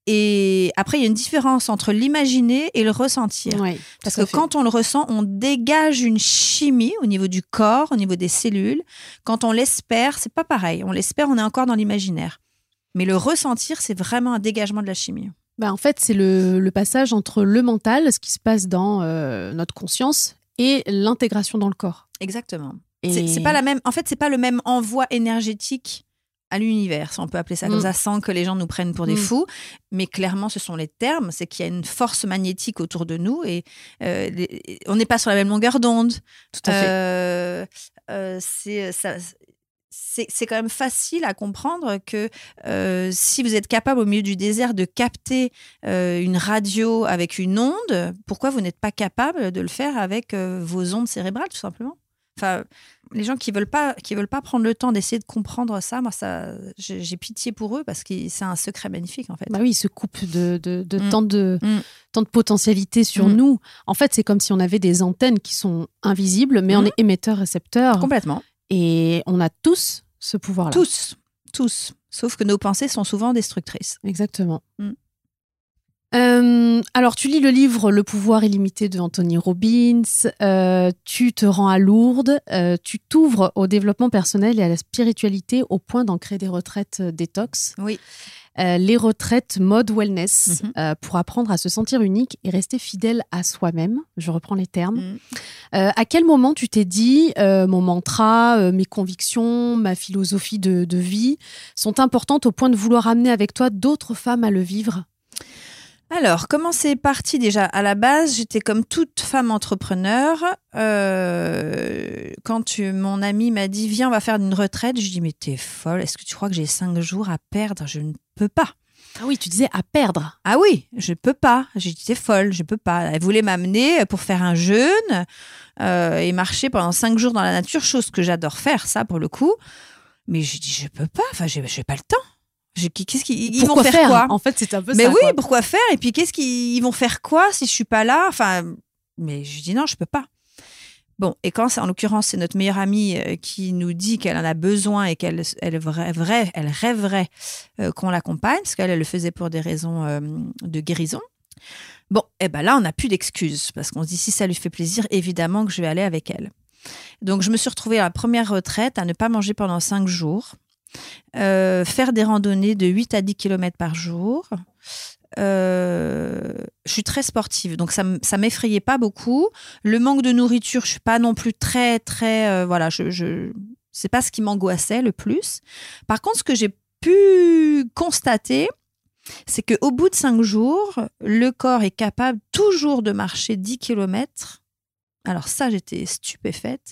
Et après, il y a une différence entre l'imaginer et le ressentir. Oui, Parce que quand on le ressent, on dégage une chimie au niveau du corps, au niveau des cellules. Quand on l'espère, c'est pas pareil. On l'espère, on est encore dans l'imaginaire. Mais le ressentir, c'est vraiment un dégagement de la chimie. Bah, en fait, c'est le, le passage entre le mental, ce qui se passe dans euh, notre conscience, et l'intégration dans le corps. Exactement. Et... C'est, c'est pas la même, en fait, c'est pas le même envoi énergétique à l'univers, si on peut appeler ça mmh. comme ça, sans que les gens nous prennent pour des mmh. fous. Mais clairement, ce sont les termes. C'est qu'il y a une force magnétique autour de nous et euh, les, on n'est pas sur la même longueur d'onde. Tout à fait. Euh, euh, c'est, ça, c'est, c'est quand même facile à comprendre que euh, si vous êtes capable au milieu du désert de capter euh, une radio avec une onde, pourquoi vous n'êtes pas capable de le faire avec euh, vos ondes cérébrales, tout simplement? Enfin, les gens qui veulent pas, qui veulent pas prendre le temps d'essayer de comprendre ça, moi, ça, j'ai, j'ai pitié pour eux parce que c'est un secret magnifique, en fait. Bah oui, ils se coupent de, de, de Mm. tant de, Mm. tant de potentialités sur Mm. nous. En fait, c'est comme si on avait des antennes qui sont invisibles, mais Mm. on est émetteur-récepteur. Complètement. Et on a tous ce pouvoir-là. Tous, tous. Sauf que nos pensées sont souvent destructrices. Exactement. Mm. Euh, alors, tu lis le livre Le pouvoir illimité de Anthony Robbins, euh, tu te rends à Lourdes, euh, tu t'ouvres au développement personnel et à la spiritualité au point d'en créer des retraites euh, détox. Oui. Euh, les retraites mode wellness Mhm. euh, pour apprendre à se sentir unique et rester fidèle à soi-même. Je reprends les termes. Mm. Euh, à quel moment tu t'es dit euh, mon mantra, euh, mes convictions, ma philosophie de, de vie sont importantes au point de vouloir amener avec toi d'autres femmes à le vivre? Alors, comment c'est parti déjà? À la base, j'étais comme toute femme entrepreneur. Euh, quand tu- mon ami m'a dit « Viens, on va faire une retraite », je dis « Mais t'es folle, est-ce que tu crois que j'ai cinq jours à perdre? Je ne peux pas. » Ah oui, tu disais à perdre. Ah oui, je peux pas. J'ai dit « T'es folle, je peux pas. » Elle voulait m'amener pour faire un jeûne euh, et marcher pendant cinq jours dans la nature, chose que j'adore faire, ça, pour le coup. Mais j'ai dit « Je peux pas, enfin, j'ai, j'ai pas le temps. » J'ai- Qu'est-ce qu'ils ils vont Pourquoi faire, quoi? En fait, c'est un peu Mais ça. oui, quoi. pourquoi faire? Et puis, qu'est-ce qu'ils ils vont faire quoi si je suis pas là? Enfin, mais je dis non, je peux pas. Bon, et quand, c'est- en l'occurrence, c'est notre meilleure amie euh, qui nous dit qu'elle en a besoin et qu'elle elle rêverait, elle rêverait euh, qu'on l'accompagne, parce qu'elle elle le faisait pour des raisons euh, de guérison. Bon, et ben là, on n'a plus d'excuses, parce qu'on se dit si ça lui fait plaisir, évidemment que je vais aller avec elle. Donc, je me suis retrouvée à la première retraite à ne pas manger pendant cinq jours. Euh, faire des randonnées de huit à dix kilomètres par jour. Euh, je suis très sportive, donc ça ne m'effrayait pas beaucoup. Le manque de nourriture, je ne suis pas non plus très, très... Euh, voilà, je, je, c'est pas ce qui m'angoissait le plus. Par contre, ce que j'ai pu constater, c'est qu'au bout de cinq jours, le corps est capable toujours de marcher dix kilomètres. Alors ça, j'étais stupéfaite.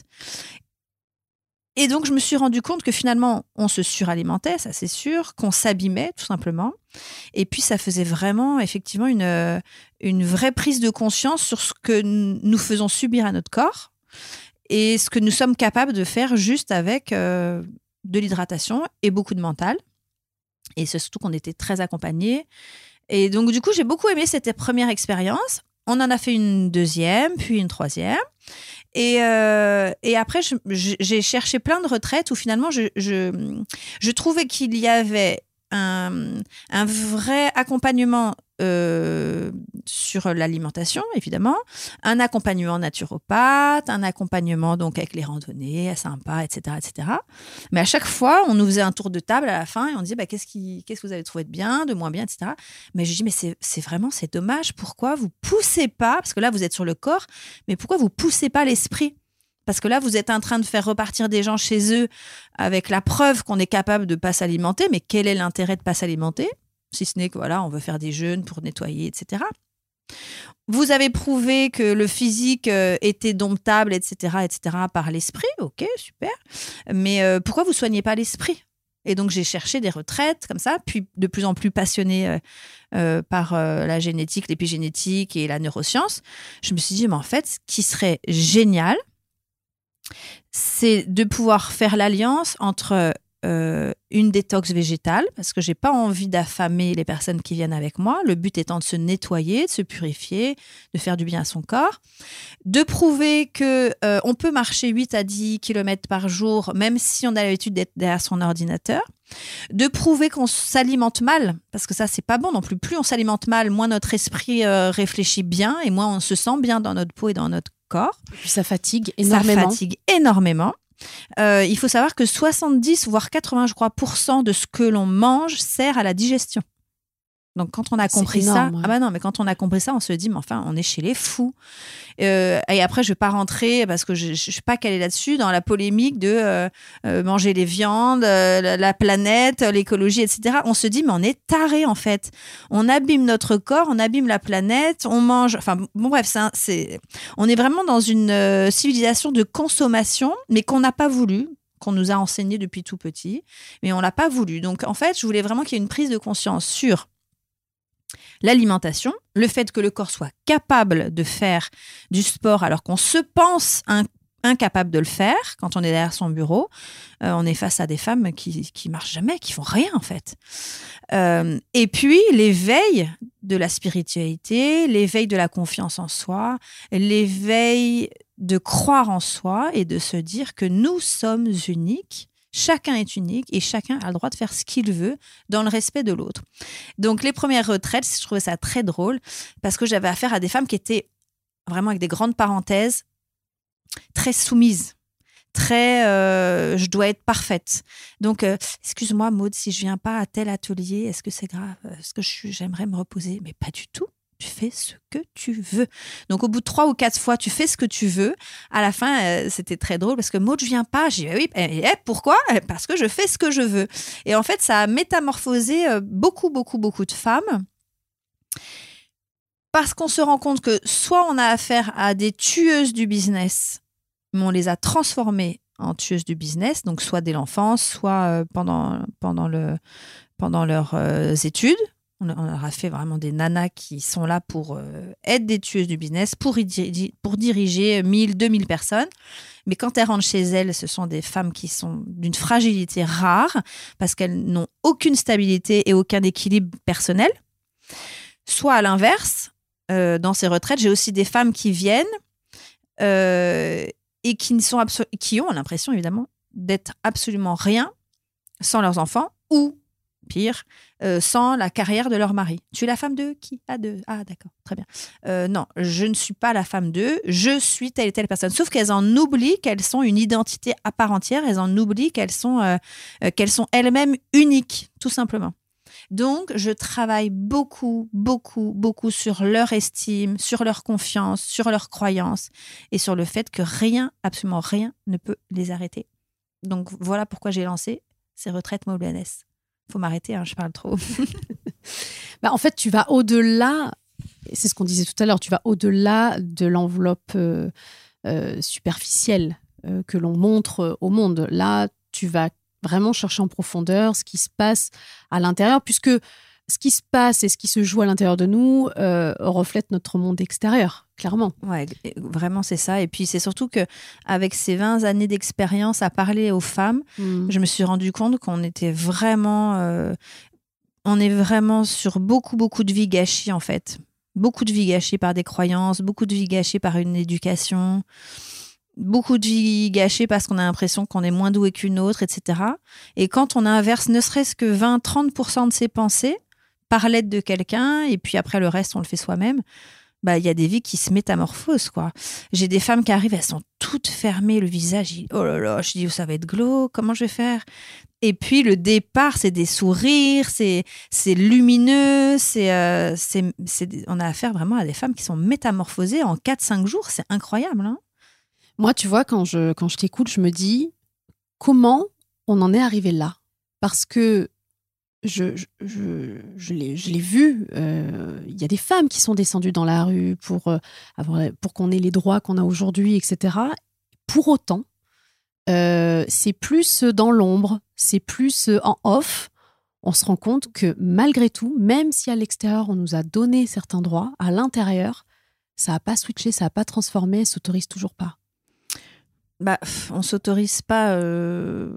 Et donc, je me suis rendu compte que finalement, on se suralimentait, ça c'est sûr, qu'on s'abîmait tout simplement. Et puis, ça faisait vraiment, effectivement, une, une vraie prise de conscience sur ce que nous faisons subir à notre corps et ce que nous sommes capables de faire juste avec euh, de l'hydratation et beaucoup de mental. Et c'est surtout qu'on était très accompagnés. Et donc, du coup, j'ai beaucoup aimé cette première expérience. On en a fait une deuxième, puis une troisième. Et, euh, et après, je, je, j'ai cherché plein de retraites où finalement, je, je, je trouvais qu'il y avait un, un vrai accompagnement euh, sur l'alimentation, évidemment, un accompagnement naturopathe, un accompagnement donc avec les randonnées sympa, et cetera, et cetera. Mais à chaque fois, on nous faisait un tour de table à la fin et on disait bah, qu'est-ce, qui, qu'est-ce que vous avez trouvé de bien, de moins bien, et cetera. Mais je dis mais c'est, c'est vraiment c'est dommage. Pourquoi vous poussez pas, parce que là vous êtes sur le corps, mais pourquoi vous poussez pas l'esprit? Parce que là, vous êtes en train de faire repartir des gens chez eux avec la preuve qu'on est capable de ne pas s'alimenter. Mais quel est l'intérêt de ne pas s'alimenter? Si ce n'est que voilà, on veut faire des jeûnes pour nettoyer, et cetera. Vous avez prouvé que le physique euh, était domptable, et cetera, et cetera par l'esprit. Ok, super. Mais euh, pourquoi vous ne soignez pas l'esprit? Et donc, j'ai cherché des retraites comme ça, puis de plus en plus passionnée euh, euh, par euh, la génétique, l'épigénétique et la neuroscience. Je me suis dit, mais en fait, ce qui serait génial, c'est de pouvoir faire l'alliance entre euh, une détox végétale, parce que j'ai pas envie d'affamer les personnes qui viennent avec moi, le but étant de se nettoyer, de se purifier, de faire du bien à son corps, de prouver que euh, on peut marcher huit à dix kilomètres par jour, même si on a l'habitude d'être derrière son ordinateur, de prouver qu'on s'alimente mal, parce que ça c'est pas bon non plus, plus on s'alimente mal, moins notre esprit euh, réfléchit bien, et moins on se sent bien dans notre peau et dans notre corps. Et puis ça fatigue énormément. Ça fatigue énormément. Euh, il faut savoir que soixante-dix voire quatre-vingts je crois pour cent de ce que l'on mange sert à la digestion. Donc quand on a compris c'est énorme, ça, ouais. ah bah non, mais quand on a compris ça, on se dit mais enfin on est chez les fous. Euh, et après je vais pas rentrer parce que je, je suis pas calée là-dessus dans la polémique de euh, euh, manger les viandes, euh, la, la planète, l'écologie, et cetera. On se dit mais on est tarés en fait. On abîme notre corps, on abîme la planète, on mange. Enfin bon bref, c'est, un, c'est... on est vraiment dans une euh, civilisation de consommation, mais qu'on n'a pas voulu. qu'on nous a enseigné depuis tout petit, mais on l'a pas voulu. Donc, en fait, je voulais vraiment qu'il y ait une prise de conscience sur l'alimentation, le fait que le corps soit capable de faire du sport alors qu'on se pense un incapable de le faire quand on est derrière son bureau. Euh, on est face à des femmes qui qui marchent jamais, qui font rien en fait. Euh, et puis l'éveil de la spiritualité, l'éveil de la confiance en soi, l'éveil de croire en soi et de se dire que nous sommes uniques. Chacun est unique et chacun a le droit de faire ce qu'il veut dans le respect de l'autre. Donc les premières retraites, je trouvais ça très drôle parce que j'avais affaire à des femmes qui étaient vraiment avec des grandes parenthèses, très soumise, très euh, je dois être parfaite. Donc, euh, excuse-moi Maud, si je viens pas à tel atelier, est-ce que c'est grave? Est-ce que je suis, j'aimerais me reposer? Mais pas du tout. Tu fais ce que tu veux. Donc, au bout de trois ou quatre fois, tu fais ce que tu veux. À la fin, euh, c'était très drôle parce que Maud, je viens pas. J'ai dit, oui, eh, eh, pourquoi? Parce que je fais ce que je veux. Et en fait, ça a métamorphosé euh, beaucoup, beaucoup, beaucoup de femmes. Parce qu'on se rend compte que soit on a affaire à des tueuses du business, mais on les a transformées en tueuses du business, donc soit dès l'enfance, soit euh, pendant, pendant, le, pendant leurs euh, études. On, on leur a fait vraiment des nanas qui sont là pour euh, être des tueuses du business, pour, y, pour diriger mille, deux mille personnes. Mais quand elles rentrent chez elles, ce sont des femmes qui sont d'une fragilité rare, parce qu'elles n'ont aucune stabilité et aucun équilibre personnel. Soit à l'inverse, Euh, dans ces retraites, j'ai aussi des femmes qui viennent euh, et qui, ne sont abso- qui ont l'impression, évidemment, d'être absolument rien sans leurs enfants ou, pire, euh, sans la carrière de leur mari. Tu es la femme d'eux? Qui a deux? Ah, d'accord, très bien. Euh, non, je ne suis pas la femme d'eux, je suis telle et telle personne. Sauf qu'elles en oublient qu'elles sont une identité à part entière, elles en oublient qu'elles sont, euh, euh, qu'elles sont elles-mêmes uniques, tout simplement. Donc, je travaille beaucoup, beaucoup, beaucoup sur leur estime, sur leur confiance, sur leurs croyances et sur le fait que rien, absolument rien, ne peut les arrêter. Donc, voilà pourquoi j'ai lancé ces retraites Maud Blanes. Faut m'arrêter, hein, je parle trop. Bah, en fait, tu vas au-delà, c'est ce qu'on disait tout à l'heure, tu vas au-delà de l'enveloppe euh, euh, superficielle euh, que l'on montre au monde. Là, tu vas vraiment chercher en profondeur ce qui se passe à l'intérieur, puisque ce qui se passe et ce qui se joue à l'intérieur de nous euh, reflète notre monde extérieur, clairement. Ouais, vraiment, c'est ça. Et puis, c'est surtout qu'avec ces vingt années d'expérience à parler aux femmes, mmh. je me suis rendu compte qu'on était vraiment... Euh, on est vraiment sur beaucoup, beaucoup de vies gâchées, en fait. Beaucoup de vies gâchées par des croyances, beaucoup de vies gâchées par une éducation... Beaucoup de vies gâchées parce qu'on a l'impression qu'on est moins doué qu'une autre, et cetera. Et quand on inverse ne serait-ce que vingt à trente pour cent de ses pensées par l'aide de quelqu'un, et puis après le reste, on le fait soi-même, bah, y a des vies qui se métamorphosent, quoi. J'ai des femmes qui arrivent, elles sont toutes fermées, le visage, il... oh là là, je dis, ça va être glauque, comment je vais faire? Et puis le départ, c'est des sourires, c'est, c'est lumineux, c'est, euh, c'est, c'est... on a affaire vraiment à des femmes qui sont métamorphosées en quatre à cinq jours, c'est incroyable, hein. Moi, tu vois, quand je, quand je t'écoute, je me dis comment on en est arrivé là? Parce que je, je, je, je, l'ai, je l'ai vu, il euh, y a des femmes qui sont descendues dans la rue pour, euh, avoir, pour qu'on ait les droits qu'on a aujourd'hui, et cetera. Pour autant, euh, c'est plus dans l'ombre, c'est plus en off. On se rend compte que malgré tout, même si à l'extérieur, on nous a donné certains droits, à l'intérieur, ça n'a pas switché, ça n'a pas transformé, ça ne s'autorise toujours pas. Bah, on s'autorise pas. Euh...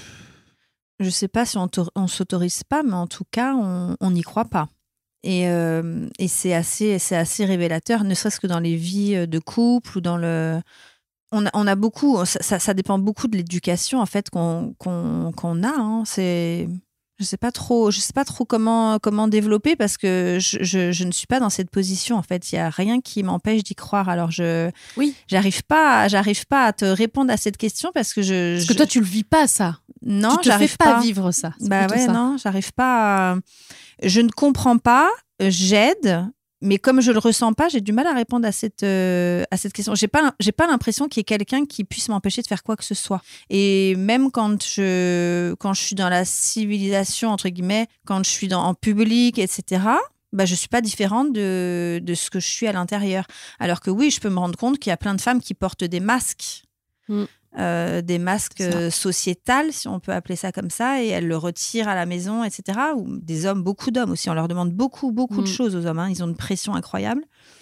Je sais pas si on, to- on s'autorise pas, mais en tout cas, on n'y croit pas. Et, euh, et c'est assez, c'est assez révélateur, ne serait-ce que dans les vies de couple ou dans le. On a, on a beaucoup. Ça, ça, ça dépend beaucoup de l'éducation en fait qu'on, qu'on, qu'on a. Hein. C'est. Je sais pas trop, je sais pas trop comment comment développer parce que je, je, je ne suis pas dans cette position en fait. Il y a rien qui m'empêche d'y croire. Alors je, oui, j'arrive pas, j'arrive pas à te répondre à cette question parce que je. Parce je... que toi tu le vis pas ça. Non, tu te j'arrive fais pas, pas vivre ça. C'est bah ouais, ça. non, j'arrive pas. À... Je ne comprends pas. J'aide. Mais comme je le ressens pas, j'ai du mal à répondre à cette euh, à cette question. J'ai pas j'ai pas l'impression qu'il y ait quelqu'un qui puisse m'empêcher de faire quoi que ce soit. Et même quand je quand je suis dans la civilisation entre guillemets, quand je suis dans en public, et cetera. Bah je suis pas différente de de ce que je suis à l'intérieur. Alors que oui, je peux me rendre compte qu'il y a plein de femmes qui portent des masques. Mm. euh, des masques sociétals, si on peut appeler ça comme ça, et elles le retirent à la maison, et cetera. Ou des hommes, beaucoup d'hommes aussi. On leur demande beaucoup, beaucoup mmh. de choses aux hommes. Hein. Ils ont une pression incroyable.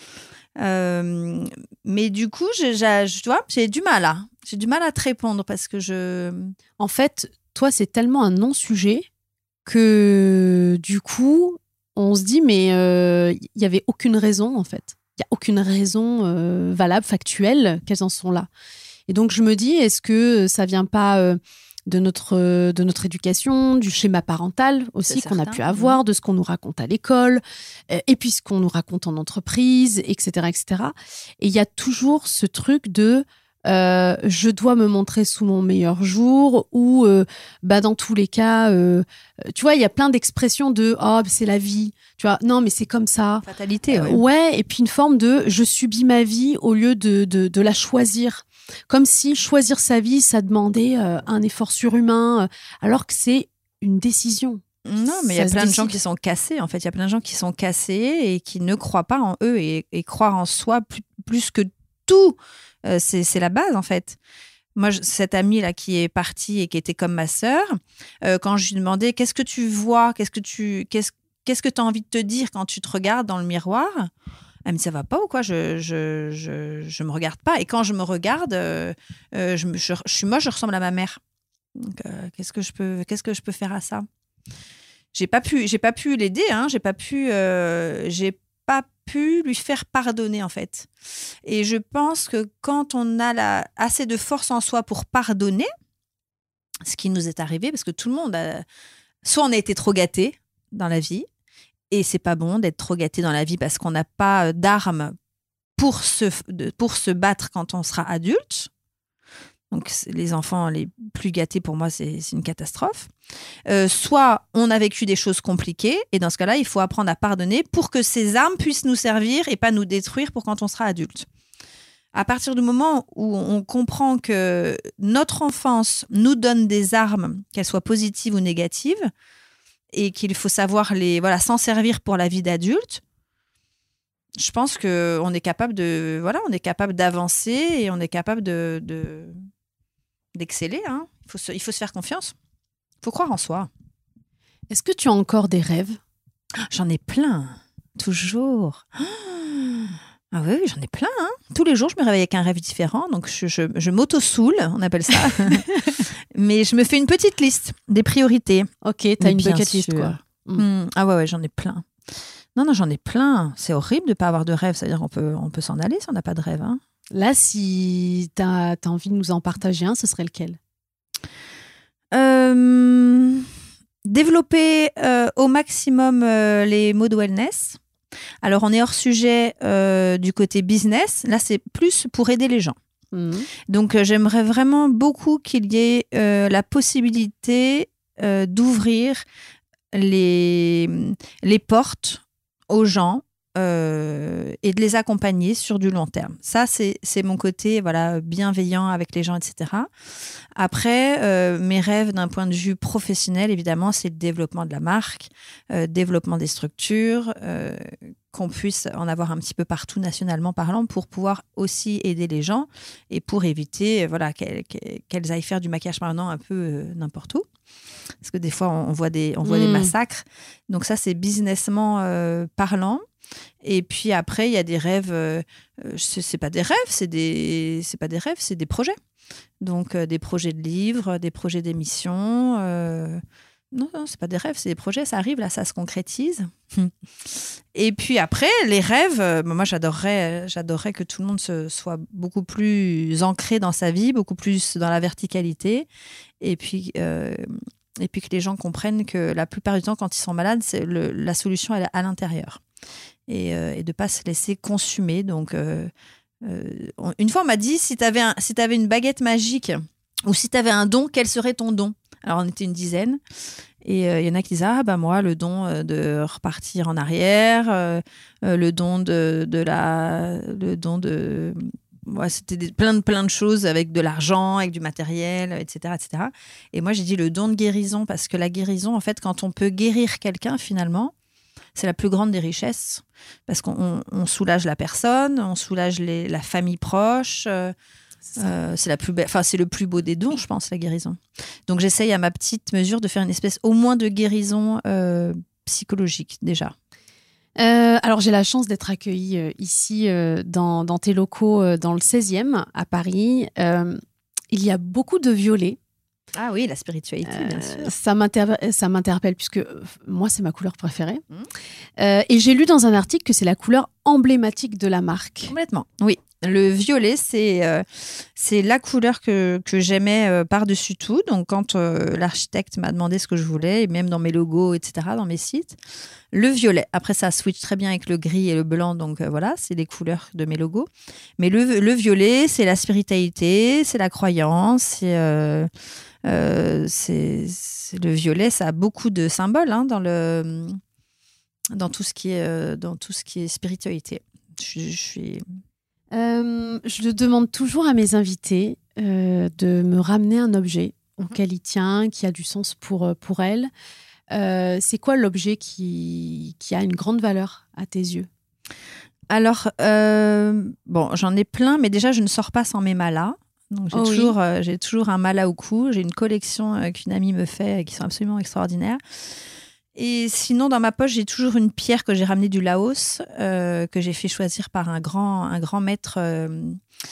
Euh, mais du coup, je, je, je, tu vois, j'ai du mal à, j'ai du mal à te répondre parce que je. En fait, toi, c'est tellement un non-sujet que du coup, on se dit, mais il euh, y avait aucune raison en fait. Il y a aucune raison euh, valable, factuelle, qu'elles en sont là. Et donc je me dis, est-ce que ça vient pas euh, de notre euh, de notre éducation, du schéma parental aussi qu'on a pu avoir, de ce qu'on nous raconte à l'école, euh, et puis ce qu'on nous raconte en entreprise, et cetera, et cetera. Et il y a toujours ce truc de euh, je dois me montrer sous mon meilleur jour, ou euh, bah dans tous les cas, euh, tu vois, il y a plein d'expressions de oh c'est la vie, tu vois, non mais c'est comme ça. Fatalité. Ouais. Euh, ouais, et puis une forme de je subis ma vie au lieu de de, de la choisir. Comme si choisir sa vie, ça demandait euh, un effort surhumain, euh, alors que c'est une décision. Non, mais il y a plein de gens qui sont cassés. En fait, il y a plein de gens qui sont cassés et qui ne croient pas en eux. Et, et croire en soi plus, plus que tout, euh, c'est, c'est la base, en fait. Moi, je, cette amie-là qui est partie et qui était comme ma sœur, euh, quand je lui demandais « Qu'est-ce que tu vois ? Qu'est-ce que tu qu'est-ce, qu'est-ce que tu as envie de te dire quand tu te regardes dans le miroir ?» Elle me dit, ça va pas ou quoi ? Je, je, je, je me regarde pas. Et quand je me regarde, euh, euh, je, je, je suis moche, je ressemble à ma mère. Donc, euh, qu'est-ce que je peux, qu'est-ce que je peux faire à ça ? J'ai pas pu, j'ai pas pu l'aider. Hein, j'ai pas pu, euh, j'ai pas pu lui faire pardonner en fait. Et je pense que quand on a la, assez de force en soi pour pardonner, ce qui nous est arrivé, parce que tout le monde a, soit on a été trop gâté dans la vie. Et c'est pas bon d'être trop gâté dans la vie parce qu'on n'a pas d'armes pour se, pour se battre quand on sera adulte. Donc, les enfants les plus gâtés, pour moi, c'est, c'est une catastrophe. Euh, soit on a vécu des choses compliquées, et dans ce cas-là, il faut apprendre à pardonner pour que ces armes puissent nous servir et pas nous détruire pour quand on sera adulte. À partir du moment où on comprend que notre enfance nous donne des armes, qu'elles soient positives ou négatives, et qu'il faut savoir les voilà s'en servir pour la vie d'adulte, je pense que on est capable de voilà on est capable d'avancer et on est capable de, de d'exceller. Hein. Il faut se, il faut se faire confiance. Il faut croire en soi. Est-ce que tu as encore des rêves ? J'en ai plein, toujours. Ah oui, j'en ai plein. Hein. Tous les jours, je me réveille avec un rêve différent, donc je, je, je m'auto-soule, on appelle ça. Mais je me fais une petite liste des priorités. Ok, t'as une bucket list, quoi. Mm. Mm. Ah ouais, ouais, j'en ai plein. Non, non, j'en ai plein. C'est horrible de ne pas avoir de rêve. C'est-à-dire qu'on peut, on peut s'en aller si on n'a pas de rêve. Hein. Là, si t'as, t'as envie de nous en partager un, ce serait lequel ? euh, Développer euh, au maximum euh, les mots de wellness. Alors, on est hors sujet euh, du côté business. Là, c'est plus pour aider les gens. Mmh. Donc, euh, j'aimerais vraiment beaucoup qu'il y ait euh, la possibilité euh, d'ouvrir les, les portes aux gens euh, et de les accompagner sur du long terme. Ça, c'est, c'est mon côté voilà, bienveillant avec les gens, et cetera. Après, euh, mes rêves d'un point de vue professionnel, évidemment, c'est le développement de la marque, euh, développement des structures, euh, qu'on puisse en avoir un petit peu partout nationalement parlant pour pouvoir aussi aider les gens et pour éviter voilà, qu'elles, qu'elles aillent faire du maquillage permanent un peu euh, n'importe où. Parce que des fois, on voit des, on voit mmh. des massacres. Donc ça, c'est businessment euh, parlant. Et puis après, il y a des rêves. Euh, c'est, c'est pas des rêves, c'est des, c'est pas des rêves, c'est des projets. Donc euh, des projets de livres, des projets d'émissions. Euh, non, non, c'est pas des rêves, c'est des projets. Ça arrive là, ça se concrétise. Et puis après, les rêves. Euh, moi, j'adorerais, j'adorerais que tout le monde se, soit beaucoup plus ancré dans sa vie, beaucoup plus dans la verticalité. Et puis. Euh, Et puis que les gens comprennent que la plupart du temps, quand ils sont malades, c'est le, la solution, elle est à l'intérieur. Et, euh, et de ne pas se laisser consumer. Donc, euh, euh, on, une fois, on m'a dit, si tu avais un, si t'avais une baguette magique ou si tu avais un don, quel serait ton don ? Alors, on était une dizaine. Et il euh, y en a qui disaient, ah, bah moi, le don euh, de repartir en arrière, euh, euh, le don de, de la... Le don de... Ouais, c'était des, plein, de, plein de choses avec de l'argent, avec du matériel, et cetera, et cetera. Et moi, j'ai dit le don de guérison, parce que la guérison, en fait, quand on peut guérir quelqu'un, finalement, c'est la plus grande des richesses. Parce qu'on on, on soulage la personne, on soulage les, la famille proche. Euh, C'est, euh, c'est, la plus be- c'est le plus beau des dons, je pense, la guérison. Donc j'essaye à ma petite mesure de faire une espèce au moins de guérison euh, psychologique déjà. Euh, alors j'ai la chance d'être accueillie euh, ici euh, dans, dans tes locaux euh, dans le seizième à Paris. Euh, il y a beaucoup de violets. Ah oui, la spiritualité, euh, bien sûr. Ça, m'inter- ça m'interpelle puisque euh, moi, c'est ma couleur préférée. Mmh. Euh, et j'ai lu dans un article que c'est la couleur emblématique de la marque. Complètement, oui. Le violet, c'est, euh, c'est la couleur que, que j'aimais euh, par-dessus tout. Donc, quand euh, l'architecte m'a demandé ce que je voulais, et même dans mes logos, et cetera, dans mes sites, le violet. Après, ça switch très bien avec le gris et le blanc. Donc, euh, voilà, c'est les couleurs de mes logos. Mais le, le violet, c'est la spiritualité, c'est la croyance, c'est... Euh, Euh, c'est, c'est le violet, ça a beaucoup de symboles hein, dans le dans tout ce qui est euh, dans tout ce qui est spiritualité. Je, je suis. Euh, je le demande toujours à mes invités euh, de me ramener un objet mmh. auquel il tient, qui a du sens pour pour elle. Euh, c'est quoi l'objet qui qui a une grande valeur à tes yeux? Alors euh, bon, j'en ai plein, mais déjà je ne sors pas sans mes malas. Donc j'ai, oh toujours, oui. euh, j'ai toujours un mala au cou. J'ai une collection euh, qu'une amie me fait euh, qui sont absolument extraordinaires. Et sinon, dans ma poche, j'ai toujours une pierre que j'ai ramenée du Laos, euh, que j'ai fait choisir par un grand, un grand maître. Euh,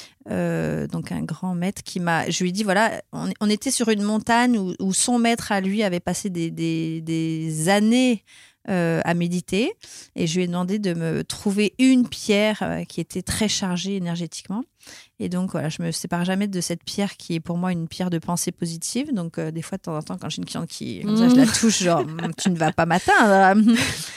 euh, donc un grand maître qui m'a... Je lui ai dit, voilà, on, on était sur une montagne où, où son maître à lui avait passé des, des, des années Euh, à méditer et je lui ai demandé de me trouver une pierre euh, qui était très chargée énergétiquement et donc voilà, je me sépare jamais de cette pierre qui est pour moi une pierre de pensée positive. Donc euh, des fois de temps en temps quand j'ai une cliente qui comme ça, je la touche genre tu ne vas pas m'atteindre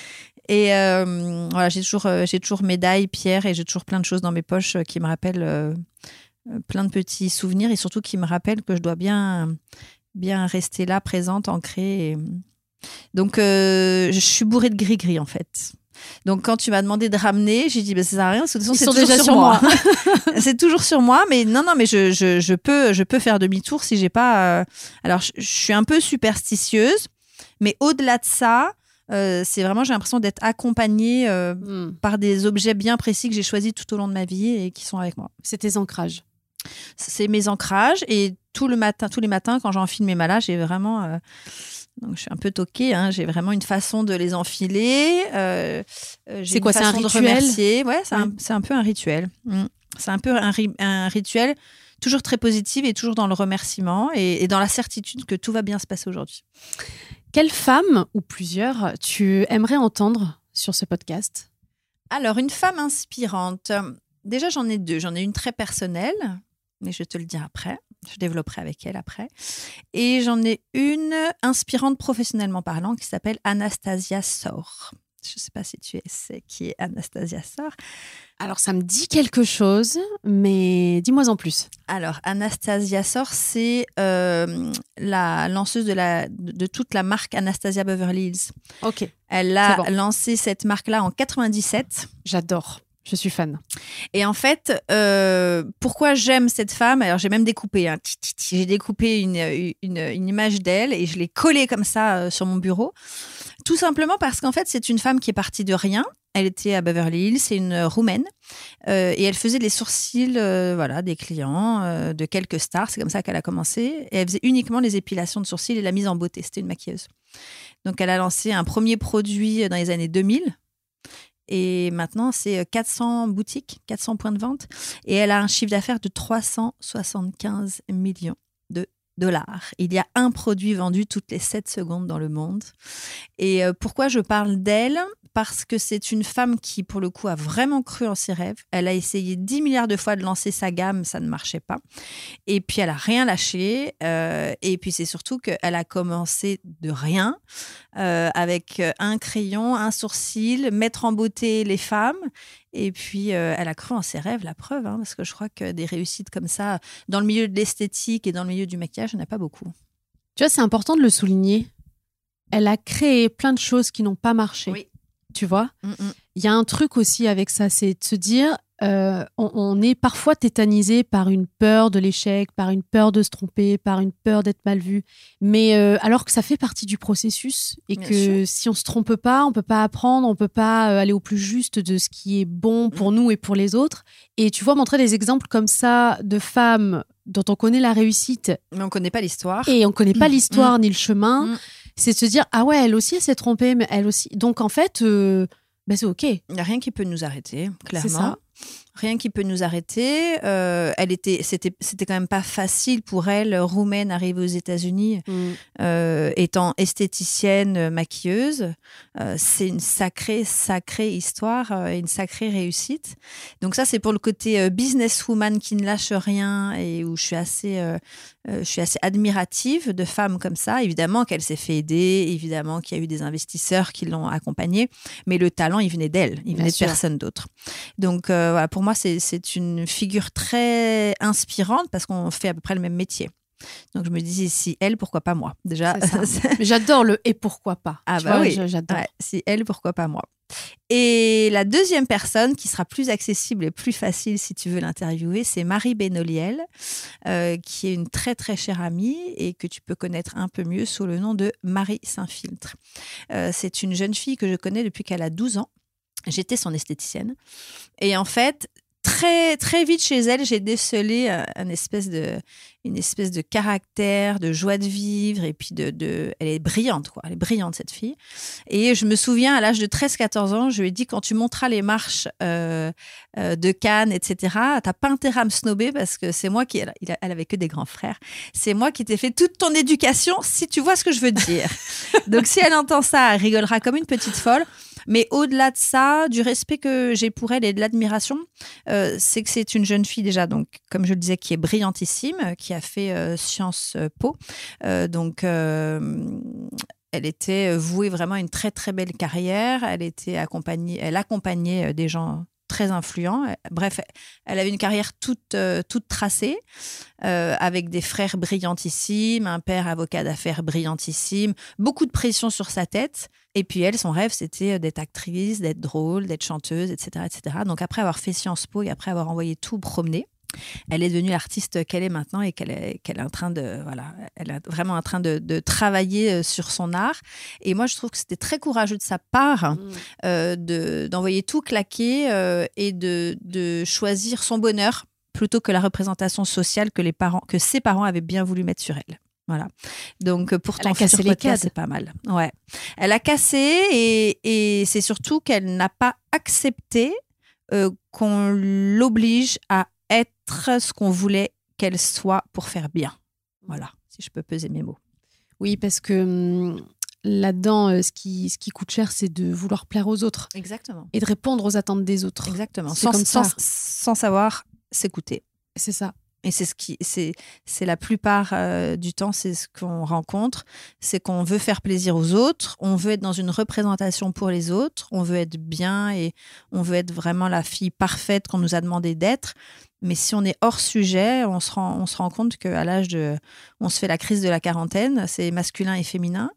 et euh, voilà, j'ai toujours, euh, j'ai toujours médailles, pierres et j'ai toujours plein de choses dans mes poches qui me rappellent euh, plein de petits souvenirs et surtout qui me rappellent que je dois bien, bien rester là, présente, ancrée et donc, euh, je suis bourrée de gris-gris, en fait. Donc, quand tu m'as demandé de ramener, j'ai dit, bah, ça sert à rien, parce que de toute façon, c'est toujours sur, sur moi. moi. C'est toujours sur moi, mais non, non, mais je, je, je, peux, je peux faire demi-tour si j'ai pas... Euh... Alors, je, je suis un peu superstitieuse, mais au-delà de ça, euh, c'est vraiment, j'ai l'impression d'être accompagnée euh, mm. par des objets bien précis que j'ai choisis tout au long de ma vie et qui sont avec moi. C'est tes ancrages. C'est mes ancrages, et tout le matin, tous les matins, quand j'enfile mes malas, j'ai vraiment... Euh... Donc, je suis un peu toquée, hein. J'ai vraiment une façon de les enfiler. Euh, j'ai c'est quoi, une façon c'est un de rituel remercier. Ouais, c'est, ouais. Un, c'est un peu un rituel. Mmh. C'est un peu un, un rituel toujours très positif et toujours dans le remerciement et, et dans la certitude que tout va bien se passer aujourd'hui. Quelle femme, ou plusieurs, tu aimerais entendre sur ce podcast ? Alors, une femme inspirante. Déjà, j'en ai deux. J'en ai une très personnelle, mais je te le dis après. Je développerai avec elle après. Et j'en ai une inspirante professionnellement parlant qui s'appelle Anastasia Sor. Je ne sais pas si tu sais qui est Anastasia Sor. Alors, ça me dit quelque chose, mais dis-moi en plus. Alors, Anastasia Sor, c'est euh, la lanceuse de, la, de toute la marque Anastasia Beverly Hills. Ok. Elle a bon. lancé cette marque-là en quatre-vingt-dix-sept. J'adore. Je suis fan. Et en fait, euh, pourquoi j'aime cette femme ? Alors, j'ai même découpé, hein, j'ai découpé une, une, une image d'elle et je l'ai collée comme ça euh, sur mon bureau. Tout simplement parce qu'en fait, c'est une femme qui est partie de rien. Elle était à Beverly Hills, c'est une Roumaine. Euh, et elle faisait les sourcils euh, voilà, des clients, euh, de quelques stars. C'est comme ça qu'elle a commencé. Et elle faisait uniquement les épilations de sourcils et la mise en beauté. C'était une maquilleuse. Donc, elle a lancé un premier produit dans les années deux mille. Et maintenant, c'est quatre cents boutiques, quatre cents points de vente. Et elle a un chiffre d'affaires de trois cent soixante-quinze millions de dollars. Il y a un produit vendu toutes les sept secondes dans le monde. Et euh, pourquoi je parle d'elle ? Parce que c'est une femme qui, pour le coup, a vraiment cru en ses rêves. Elle a essayé dix milliards de fois de lancer sa gamme, ça ne marchait pas. Et puis, elle n'a rien lâché. Euh, et puis, c'est surtout qu'elle a commencé de rien, euh, avec un crayon, un sourcil, mettre en beauté les femmes. Et puis, euh, elle a cru en ses rêves, la preuve, hein, parce que je crois que des réussites comme ça, dans le milieu de l'esthétique et dans le milieu du maquillage, il n'y en a pas beaucoup. Tu vois, c'est important de le souligner. Elle a créé plein de choses qui n'ont pas marché. Oui. Tu vois, il mm-hmm. y a un truc aussi avec ça, c'est de se dire, euh, on, on est parfois tétanisé par une peur de l'échec, par une peur de se tromper, par une peur d'être mal vu. Mais euh, alors que ça fait partie du processus et Bien que sûr. si on se trompe pas, on peut pas apprendre, on peut pas euh, aller au plus juste de ce qui est bon pour nous et pour les autres. Et tu vois, montrer des exemples comme ça de femmes dont on connaît la réussite Mais on connaît pas l'histoire. et on connaît pas Mmh. l'histoire ni le chemin, Mmh. c'est de se dire ah ouais, elle aussi elle s'est trompée, mais elle aussi. Donc en fait, euh, bah, c'est ok. Il n'y a rien qui peut nous arrêter, clairement. C'est ça. Rien qui peut nous arrêter. Euh, elle était, c'était, c'était quand même pas facile pour elle, roumaine, arrivée aux États-Unis, Mm. euh, étant esthéticienne, euh, maquilleuse. Euh, c'est une sacrée, sacrée histoire euh, et une sacrée réussite. Donc ça, c'est pour le côté euh, businesswoman qui ne lâche rien et où je suis assez, euh, euh, je suis assez admirative de femmes comme ça. Évidemment qu'elle s'est fait aider, évidemment qu'il y a eu des investisseurs qui l'ont accompagnée, mais le talent, il venait d'elle, il Bien venait de sûr. personne d'autre. Donc euh, voilà, pour moi, c'est, c'est une figure très inspirante parce qu'on fait à peu près le même métier. Donc je me disais, si elle, pourquoi pas moi? Déjà, C'est ça. Mais j'adore le et pourquoi pas. ah Tu bah vois, oui, je- j'adore. ouais, si elle, pourquoi pas moi? Et la deuxième personne qui sera plus accessible et plus facile si tu veux l'interviewer, c'est Marie Benoliel, euh, qui est une très très chère amie et que tu peux connaître un peu mieux sous le nom de Marie Saint-Filtre. Euh, c'est une jeune fille que je connais depuis qu'elle a douze ans. J'étais son esthéticienne. Et en fait, très, très vite chez elle, j'ai décelé un, un espèce de, une espèce de caractère, de joie de vivre. Et puis, de, de, elle est brillante, quoi. Elle est brillante, cette fille. Et je me souviens, à l'âge de treize quatorze ans, je lui ai dit, quand tu monteras les marches euh, euh, de Cannes, et cetera, t'as pas intérêt à me snober parce que c'est moi qui... Elle, elle avait que des grands frères. C'est moi qui t'ai fait toute ton éducation, si tu vois ce que je veux dire. Donc, si elle entend ça, elle rigolera comme une petite folle. Mais au-delà de ça, du respect que j'ai pour elle et de l'admiration, euh, c'est que c'est une jeune fille déjà, donc comme je le disais, qui est brillantissime, qui a fait euh, Sciences Po. Euh, donc, euh, elle était vouée vraiment à une très très belle carrière. Elle était accompagnée, elle accompagnait des gens très influents. Bref, elle avait une carrière toute, euh, toute tracée, euh, avec des frères brillantissimes, un père avocat d'affaires brillantissime, beaucoup de pression sur sa tête. Et puis elle, son rêve, c'était d'être actrice, d'être drôle, d'être chanteuse, et cetera, et cetera. Donc après avoir fait Sciences Po et après avoir envoyé tout promener, elle est devenue l'artiste qu'elle est maintenant et qu'elle est, qu'elle est en train de, voilà, elle est vraiment en train de, de travailler sur son art. Et moi, je trouve que c'était très courageux de sa part mmh. euh, de, d'envoyer tout claquer euh, et de, de choisir son bonheur plutôt que la représentation sociale que les parents, que ses parents avaient bien voulu mettre sur elle. Voilà. Donc, pour ton futur podcast, c'est pas mal. Ouais. Elle a cassé et, et c'est surtout qu'elle n'a pas accepté euh, qu'on l'oblige à être ce qu'on voulait qu'elle soit pour faire bien. Voilà, si je peux peser mes mots. Oui, parce que hum, là-dedans, euh, ce, qui, ce qui coûte cher, c'est de vouloir plaire aux autres. Exactement. Et de répondre aux attentes des autres. Exactement. C'est Sans, comme ça. sans, sans savoir s'écouter. C'est ça. Et c'est ce qui, c'est, c'est la plupart euh, du temps, c'est ce qu'on rencontre, c'est qu'on veut faire plaisir aux autres, on veut être dans une représentation pour les autres, on veut être bien et on veut être vraiment la fille parfaite qu'on nous a demandé d'être. Mais si on est hors sujet, on se rend, on se rend compte qu'à l'âge de, on se fait la crise de la quarantaine, c'est masculin et féminin,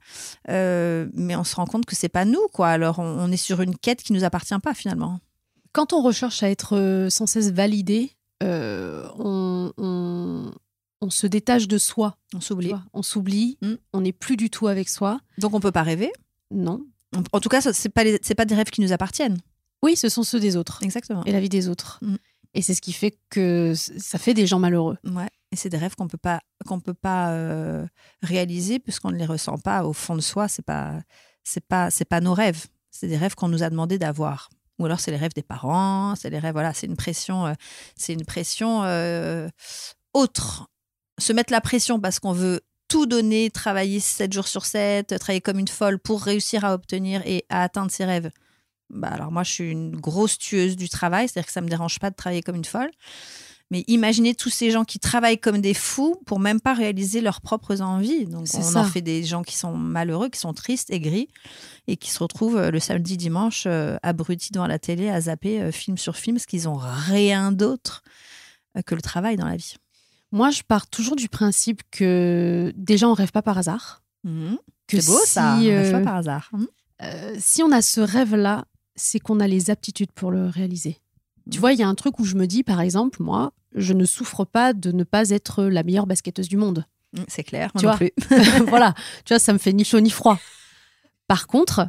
euh, mais on se rend compte que c'est pas nous, quoi. Alors on, on est sur une quête qui nous appartient pas finalement. Quand on recherche à être euh, sans cesse validé, Euh, on, on, on se détache de soi. On s'oublie. On s'oublie, mmh. On n'est plus du tout avec soi. Donc on ne peut pas rêver. Non. En tout cas, ce n'est pas, pas des rêves qui nous appartiennent. Oui, ce sont ceux des autres. Exactement. Et la vie des autres. Mmh. Et c'est ce qui fait que ça fait des gens malheureux. Ouais. Et c'est des rêves qu'on peut pas, qu'on peut pas euh, réaliser puisqu'on ne les ressent pas au fond de soi. Ce n'est pas, c'est pas, c'est pas nos rêves. C'est des rêves qu'on nous a demandé d'avoir. Ou alors c'est les rêves des parents, c'est les rêves, voilà, c'est une pression, euh, c'est une pression euh, autre. Se mettre la pression parce qu'on veut tout donner, travailler sept jours sur sept, travailler comme une folle pour réussir à obtenir et à atteindre ses rêves. Bah alors moi, je suis une grosse tueuse du travail, c'est-à-dire que ça ne me dérange pas de travailler comme une folle. Mais imaginez tous ces gens qui travaillent comme des fous pour même pas réaliser leurs propres envies. Donc, c'est on ça. En fait des gens qui sont malheureux, qui sont tristes, aigris et qui se retrouvent le samedi, dimanche euh, abrutis devant la télé à zapper euh, film sur film parce qu'ils n'ont rien d'autre euh, que le travail dans la vie. Moi, je pars toujours du principe que déjà, on ne rêve pas par hasard. Mmh. Que c'est beau si, ça, on ne euh, rêve pas par hasard. Mmh. Euh, si on a ce rêve-là, c'est qu'on a les aptitudes pour le réaliser. Tu vois, il y a un truc où je me dis, par exemple, moi, je ne souffre pas de ne pas être la meilleure basketteuse du monde. C'est clair, moi tu non vois plus. Voilà, tu vois, ça me fait ni chaud ni froid. Par contre,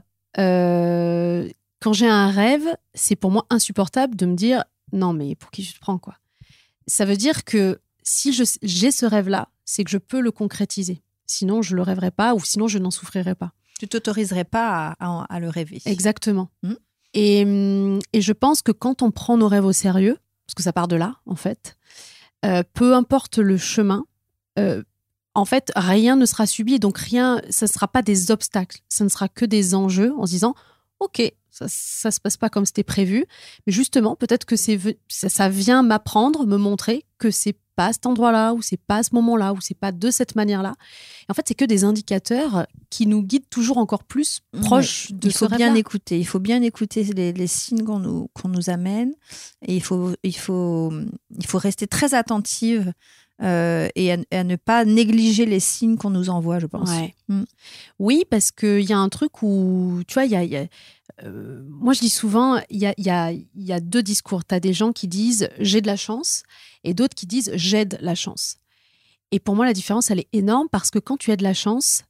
euh, quand j'ai un rêve, c'est pour moi insupportable de me dire non, mais pour qui je te prends, quoi. Ça veut dire que si je, j'ai ce rêve-là, c'est que je peux le concrétiser. Sinon, je le rêverais pas ou sinon, je n'en souffrirais pas. Tu t'autoriserais pas à, à, à le rêver. Exactement. Mmh. Et, et je pense que quand on prend nos rêves au sérieux, parce que ça part de là, en fait, euh, peu importe le chemin, euh, en fait, rien ne sera subi, donc rien, ça ne sera pas des obstacles, ça ne sera que des enjeux en se disant, ok, ça ne se passe pas comme c'était prévu, mais justement, peut-être que c'est, ça, ça vient m'apprendre, me montrer que c'est pas à cet endroit-là, ou c'est pas à ce moment-là, ou c'est pas de cette manière-là. Et en fait, c'est que des indicateurs qui nous guident toujours encore plus proches ouais, de il ce faut rêve-là. bien écouter, il faut bien écouter les, les signes qu'on nous, qu'on nous amène, et il faut, il faut, il faut rester très attentive. Euh, et à, à ne pas négliger les signes qu'on nous envoie, je pense. Ouais. Mm. Oui, parce qu'il y a un truc où, tu vois, il y a, y a euh, moi je dis souvent, il y a, y, a, y a deux discours. Tu as des gens qui disent « j'ai de la chance » et d'autres qui disent « j'aide la chance ». Et pour moi, la différence, elle est énorme parce que quand tu as de la chance,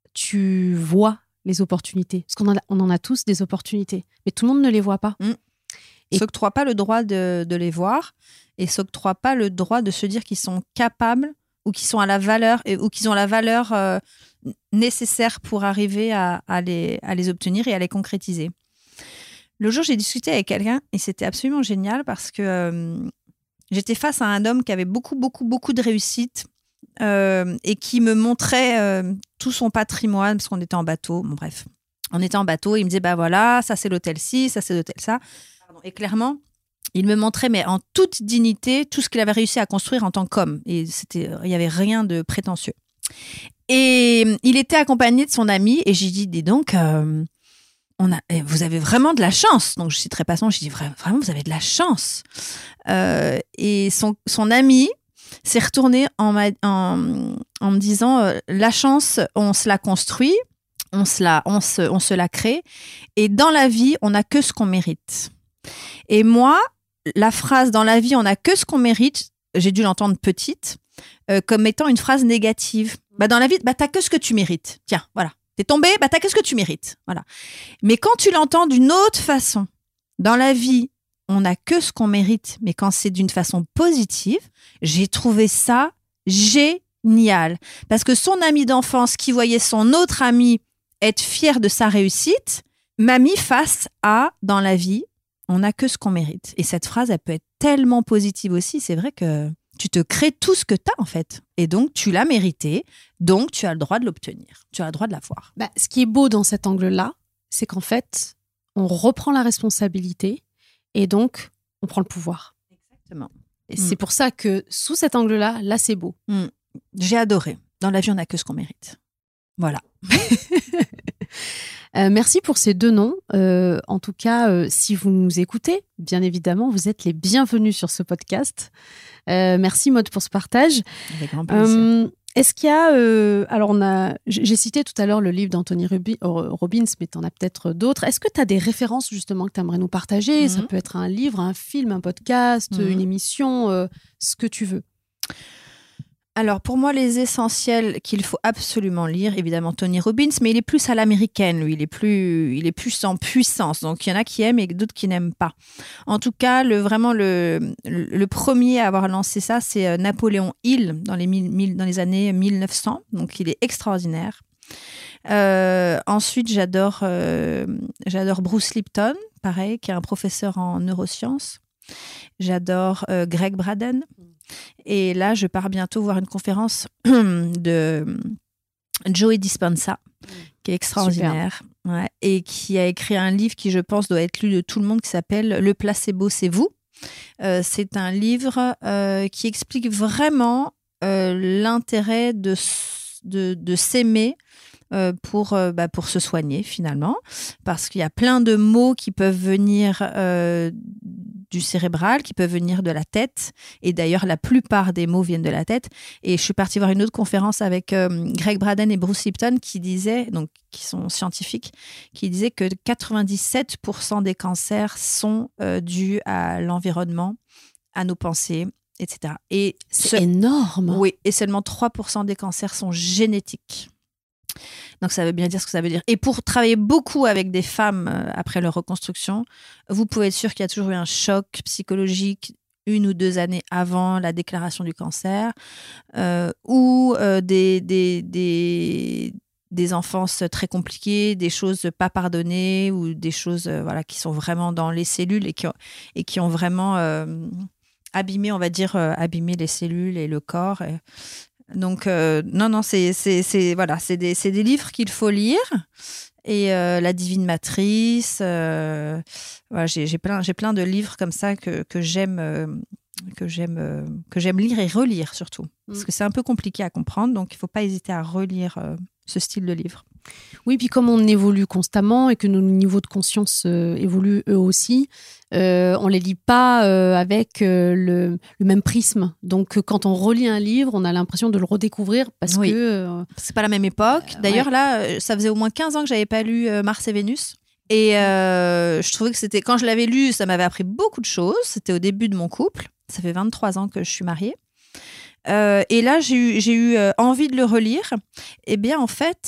tu vois les opportunités. Parce qu'on en a, on en a tous des opportunités, mais tout le monde ne les voit pas. Mm. Et s'octroie pas le droit de, de les voir et s'octroie pas le droit de se dire qu'ils sont capables ou qu'ils sont à la valeur et, ou qu'ils ont la valeur euh, nécessaire pour arriver à, à, les, à les obtenir et à les concrétiser. Le jour, j'ai discuté avec quelqu'un et c'était absolument génial parce que euh, j'étais face à un homme qui avait beaucoup, beaucoup, beaucoup de réussite euh, et qui me montrait euh, tout son patrimoine parce qu'on était en bateau. Bon, bref, on était en bateau et il me disait, bah voilà, ça c'est l'hôtel-ci, ça c'est l'hôtel-ça. Et clairement, il me montrait, mais en toute dignité, tout ce qu'il avait réussi à construire en tant qu'homme. Et c'était, il n'y avait rien de prétentieux. Et il était accompagné de son ami. Et j'ai dit, dis donc, euh, on a, vous avez vraiment de la chance. Donc, je ne citerai pas son, j'ai dit, vraiment, vous avez de la chance. Euh, et son, son ami s'est retourné en, en, en me disant, euh, la chance, on se la construit, on se la, on se, on se la crée. Et dans la vie, on n'a que ce qu'on mérite. Et moi, la phrase « dans la vie, on n'a que ce qu'on mérite », j'ai dû l'entendre petite, euh, comme étant une phrase négative. Bah, dans la vie, bah, t'as que ce que tu mérites. Tiens, voilà. T'es tombé, bah, t'as que ce que tu mérites. Voilà. Mais quand tu l'entends d'une autre façon, dans la vie, on n'a que ce qu'on mérite, mais quand c'est d'une façon positive, j'ai trouvé ça génial. Parce que son ami d'enfance qui voyait son autre ami être fier de sa réussite m'a mis face à « dans la vie, on n'a que ce qu'on mérite ». Et cette phrase, elle peut être tellement positive aussi. C'est vrai que tu te crées tout ce que tu as, en fait. Et donc, tu l'as mérité. Donc, tu as le droit de l'obtenir. Tu as le droit de l'avoir. Bah, ce qui est beau dans cet angle-là, c'est qu'en fait, on reprend la responsabilité et donc, on prend le pouvoir. Exactement. Et mmh. c'est pour ça que, sous cet angle-là, là, c'est beau. Mmh. J'ai adoré. Dans la vie, on n'a que ce qu'on mérite. Voilà. Euh, merci pour ces deux noms. Euh, en tout cas, euh, si vous nous écoutez, bien évidemment, vous êtes les bienvenus sur ce podcast. Euh, merci Maud pour ce partage. Avec grand plaisir. Euh, est-ce qu'il y a... Euh, alors, on a, j'ai cité tout à l'heure le livre d'Anthony Robbins, mais tu en as peut-être d'autres. Est-ce que tu as des références justement que tu aimerais nous partager ? Mm-hmm. Ça peut être un livre, un film, un podcast, mm-hmm. une émission, euh, ce que tu veux. Alors, pour moi, les essentiels qu'il faut absolument lire, évidemment, Tony Robbins, mais il est plus à l'américaine, lui. Il est plus, il est plus en puissance. Donc, il y en a qui aiment et d'autres qui n'aiment pas. En tout cas, le, vraiment, le, le premier à avoir lancé ça, c'est Napoléon Hill, dans les, mille, dans les années mille neuf cents. Donc, il est extraordinaire. Euh, ensuite, j'adore, euh, j'adore Bruce Lipton, pareil, qui est un professeur en neurosciences. J'adore euh, Greg Braden. Et là, je pars bientôt voir une conférence de Joey Dispenza, qui est extraordinaire, ouais, et qui a écrit un livre qui, je pense, doit être lu de tout le monde, qui s'appelle « Le placebo, c'est vous ». Euh, c'est un livre euh, qui explique vraiment euh, l'intérêt de, de, de s'aimer euh, pour, euh, bah, pour se soigner finalement, parce qu'il y a plein de maux qui peuvent venir euh, du cérébral, qui peuvent venir de la tête, et d'ailleurs la plupart des maux viennent de la tête. Et je suis partie voir une autre conférence avec euh, Greg Braden et Bruce Lipton qui disaient, donc qui sont scientifiques, qui disaient que quatre-vingt-dix-sept pour cent des cancers sont euh, dus à l'environnement, à nos pensées, et cetera. Et c'est ce... énorme. Oui, et seulement trois pour cent des cancers sont génétiques. Donc, ça veut bien dire ce que ça veut dire. Et pour travailler beaucoup avec des femmes euh, après leur reconstruction, vous pouvez être sûr qu'il y a toujours eu un choc psychologique une ou deux années avant la déclaration du cancer, euh, ou euh, des, des, des, des enfances très compliquées, des choses pas pardonnées, ou des choses euh, voilà, qui sont vraiment dans les cellules et qui ont, et qui ont vraiment euh, abîmé, on va dire, euh, abîmé les cellules et le corps. Et, donc, euh, non, non, c'est, c'est, c'est, voilà, c'est, des, c'est des livres qu'il faut lire. Et euh, La Divine Matrice, euh, voilà, j'ai, j'ai, plein, j'ai plein de livres comme ça que, que, j'aime, euh, que, j'aime, euh, que j'aime lire et relire surtout. Mmh. Parce que c'est un peu compliqué à comprendre, donc il ne faut pas hésiter à relire euh, ce style de livre. Oui, puis comme on évolue constamment et que nos niveaux de conscience euh, évoluent eux aussi, euh, on ne les lit pas euh, avec euh, le, le même prisme. Donc, euh, quand on relit un livre, on a l'impression de le redécouvrir parce oui. que... Euh, c'est pas la même époque. Euh, D'ailleurs, ouais. là, ça faisait au moins quinze ans que je n'avais pas lu euh, Mars et Vénus. Et euh, je trouvais que c'était... Quand je l'avais lu, ça m'avait appris beaucoup de choses. C'était au début de mon couple. Ça fait vingt-trois ans que je suis mariée. Euh, et là, j'ai eu, j'ai eu euh, envie de le relire. Eh bien, en fait,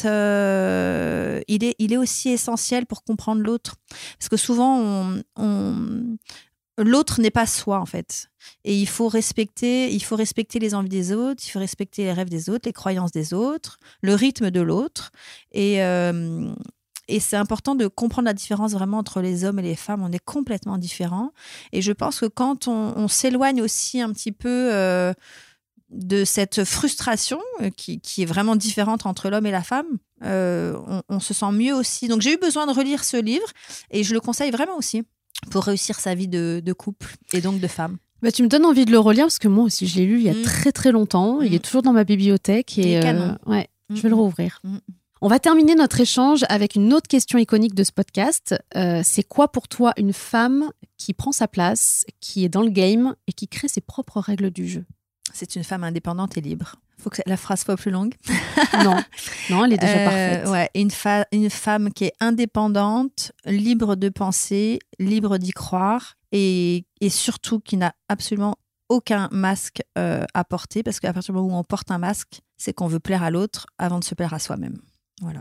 euh, il est, il est aussi essentiel pour comprendre l'autre. Parce que souvent, on, on, l'autre n'est pas soi, en fait. Et il faut respecter, il faut respecter les envies des autres, il faut respecter les rêves des autres, les croyances des autres, le rythme de l'autre. Et... Euh, Et c'est important de comprendre la différence vraiment entre les hommes et les femmes. On est complètement différents. Et je pense que quand on, on s'éloigne aussi un petit peu euh, de cette frustration euh, qui, qui est vraiment différente entre l'homme et la femme, euh, on, on se sent mieux aussi. Donc j'ai eu besoin de relire ce livre et je le conseille vraiment aussi pour réussir sa vie de, de couple et donc de femme. Bah, tu me donnes envie de le relire parce que moi aussi je l'ai lu il y a mmh. très très longtemps. Mmh. Il est toujours dans ma bibliothèque. Et, il est canon. Euh, ouais, mmh. je vais le rouvrir. Mmh. On va terminer notre échange avec une autre question iconique de ce podcast. Euh, c'est quoi pour toi une femme qui prend sa place, qui est dans le game et qui crée ses propres règles du jeu ? C'est une femme indépendante et libre. Il faut que la phrase soit plus longue. Non, non, elle est déjà euh, parfaite. Ouais, une, fa- une femme qui est indépendante, libre de penser, libre d'y croire et, et surtout qui n'a absolument aucun masque euh, à porter, parce qu'à partir du moment où on porte un masque, c'est qu'on veut plaire à l'autre avant de se plaire à soi-même. Voilà.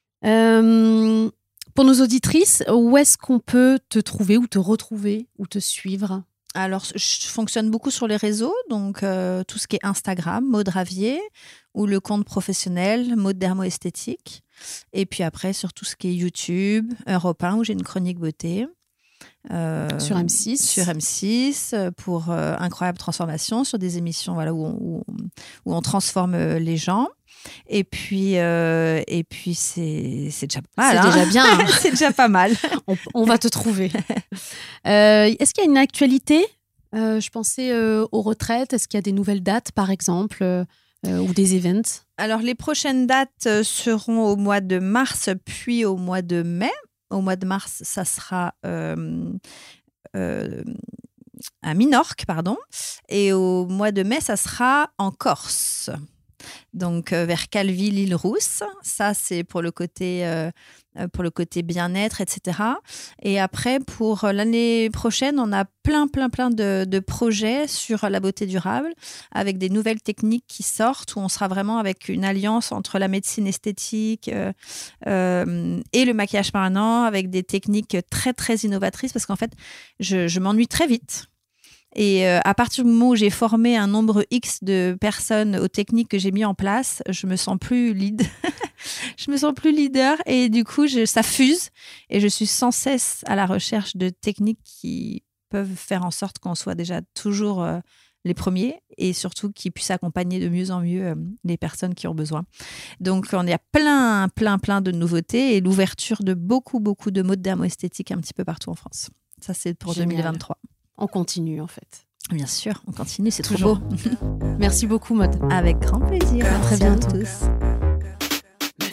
Euh, pour nos auditrices, où est-ce qu'on peut te trouver ou te retrouver ou te suivre ? Alors, je fonctionne beaucoup sur les réseaux, donc euh, tout ce qui est Instagram, Maud Ravier, ou le compte professionnel, Maud Dermo-Esthétique. Et puis après, sur tout ce qui est YouTube, Europe un, où j'ai une chronique beauté. Euh, sur M six. Sur M six, pour euh, Incroyable Transformation, sur des émissions voilà, où, on, où, on, où on transforme les gens. Et puis, euh, et puis c'est, c'est déjà pas mal. C'est hein. déjà bien. C'est déjà pas mal. on, on va te trouver. Euh, est-ce qu'il y a une actualité ? euh, Je pensais euh, aux retraites. Est-ce qu'il y a des nouvelles dates, par exemple, euh, ou des events ? Alors, les prochaines dates seront au mois de mars, puis au mois de mai. Au mois de mars, ça sera euh, euh, à Minorque, pardon. Et au mois de mai, ça sera en Corse. Donc, euh, vers Calvi, l'île Rousse. Ça, c'est pour le côté, euh, pour le côté bien-être, et cetera. Et après, pour l'année prochaine, on a plein, plein, plein de, de projets sur la beauté durable, avec des nouvelles techniques qui sortent, où on sera vraiment avec une alliance entre la médecine esthétique euh, euh, et le maquillage permanent, avec des techniques très, très innovatrices, parce qu'en fait, je, je m'ennuie très vite. Et euh, à partir du moment où j'ai formé un nombre X de personnes aux techniques que j'ai mis en place, je me sens plus lead. je me sens plus leader et du coup, je, ça fuse et je suis sans cesse à la recherche de techniques qui peuvent faire en sorte qu'on soit déjà toujours euh, les premiers et surtout qui puissent accompagner de mieux en mieux euh, les personnes qui ont besoin. Donc, on y a plein, plein, plein de nouveautés et l'ouverture de beaucoup, beaucoup de modes dermo-esthétiques un petit peu partout en France. Ça, c'est pour Génial. deux mille vingt-trois. On continue, en fait. Bien sûr, on continue, c'est toujours trop beau. Merci beaucoup, Maud. Avec grand plaisir. À très bientôt. À tous.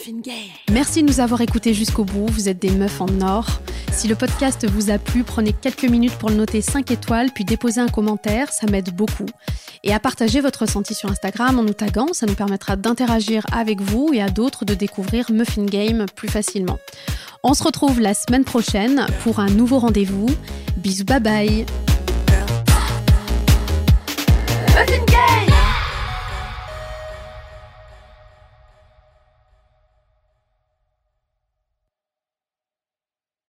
Muffin Game. Merci de nous avoir écoutés jusqu'au bout, vous êtes des meufs en or. Si le podcast vous a plu, prenez quelques minutes pour le noter cinq étoiles, puis déposez un commentaire, ça m'aide beaucoup. Et à partager votre ressenti sur Instagram en nous taguant, ça nous permettra d'interagir avec vous et à d'autres de découvrir Muffin Game plus facilement. On se retrouve la semaine prochaine pour un nouveau rendez-vous. Bisous, bye bye. Muffin Game.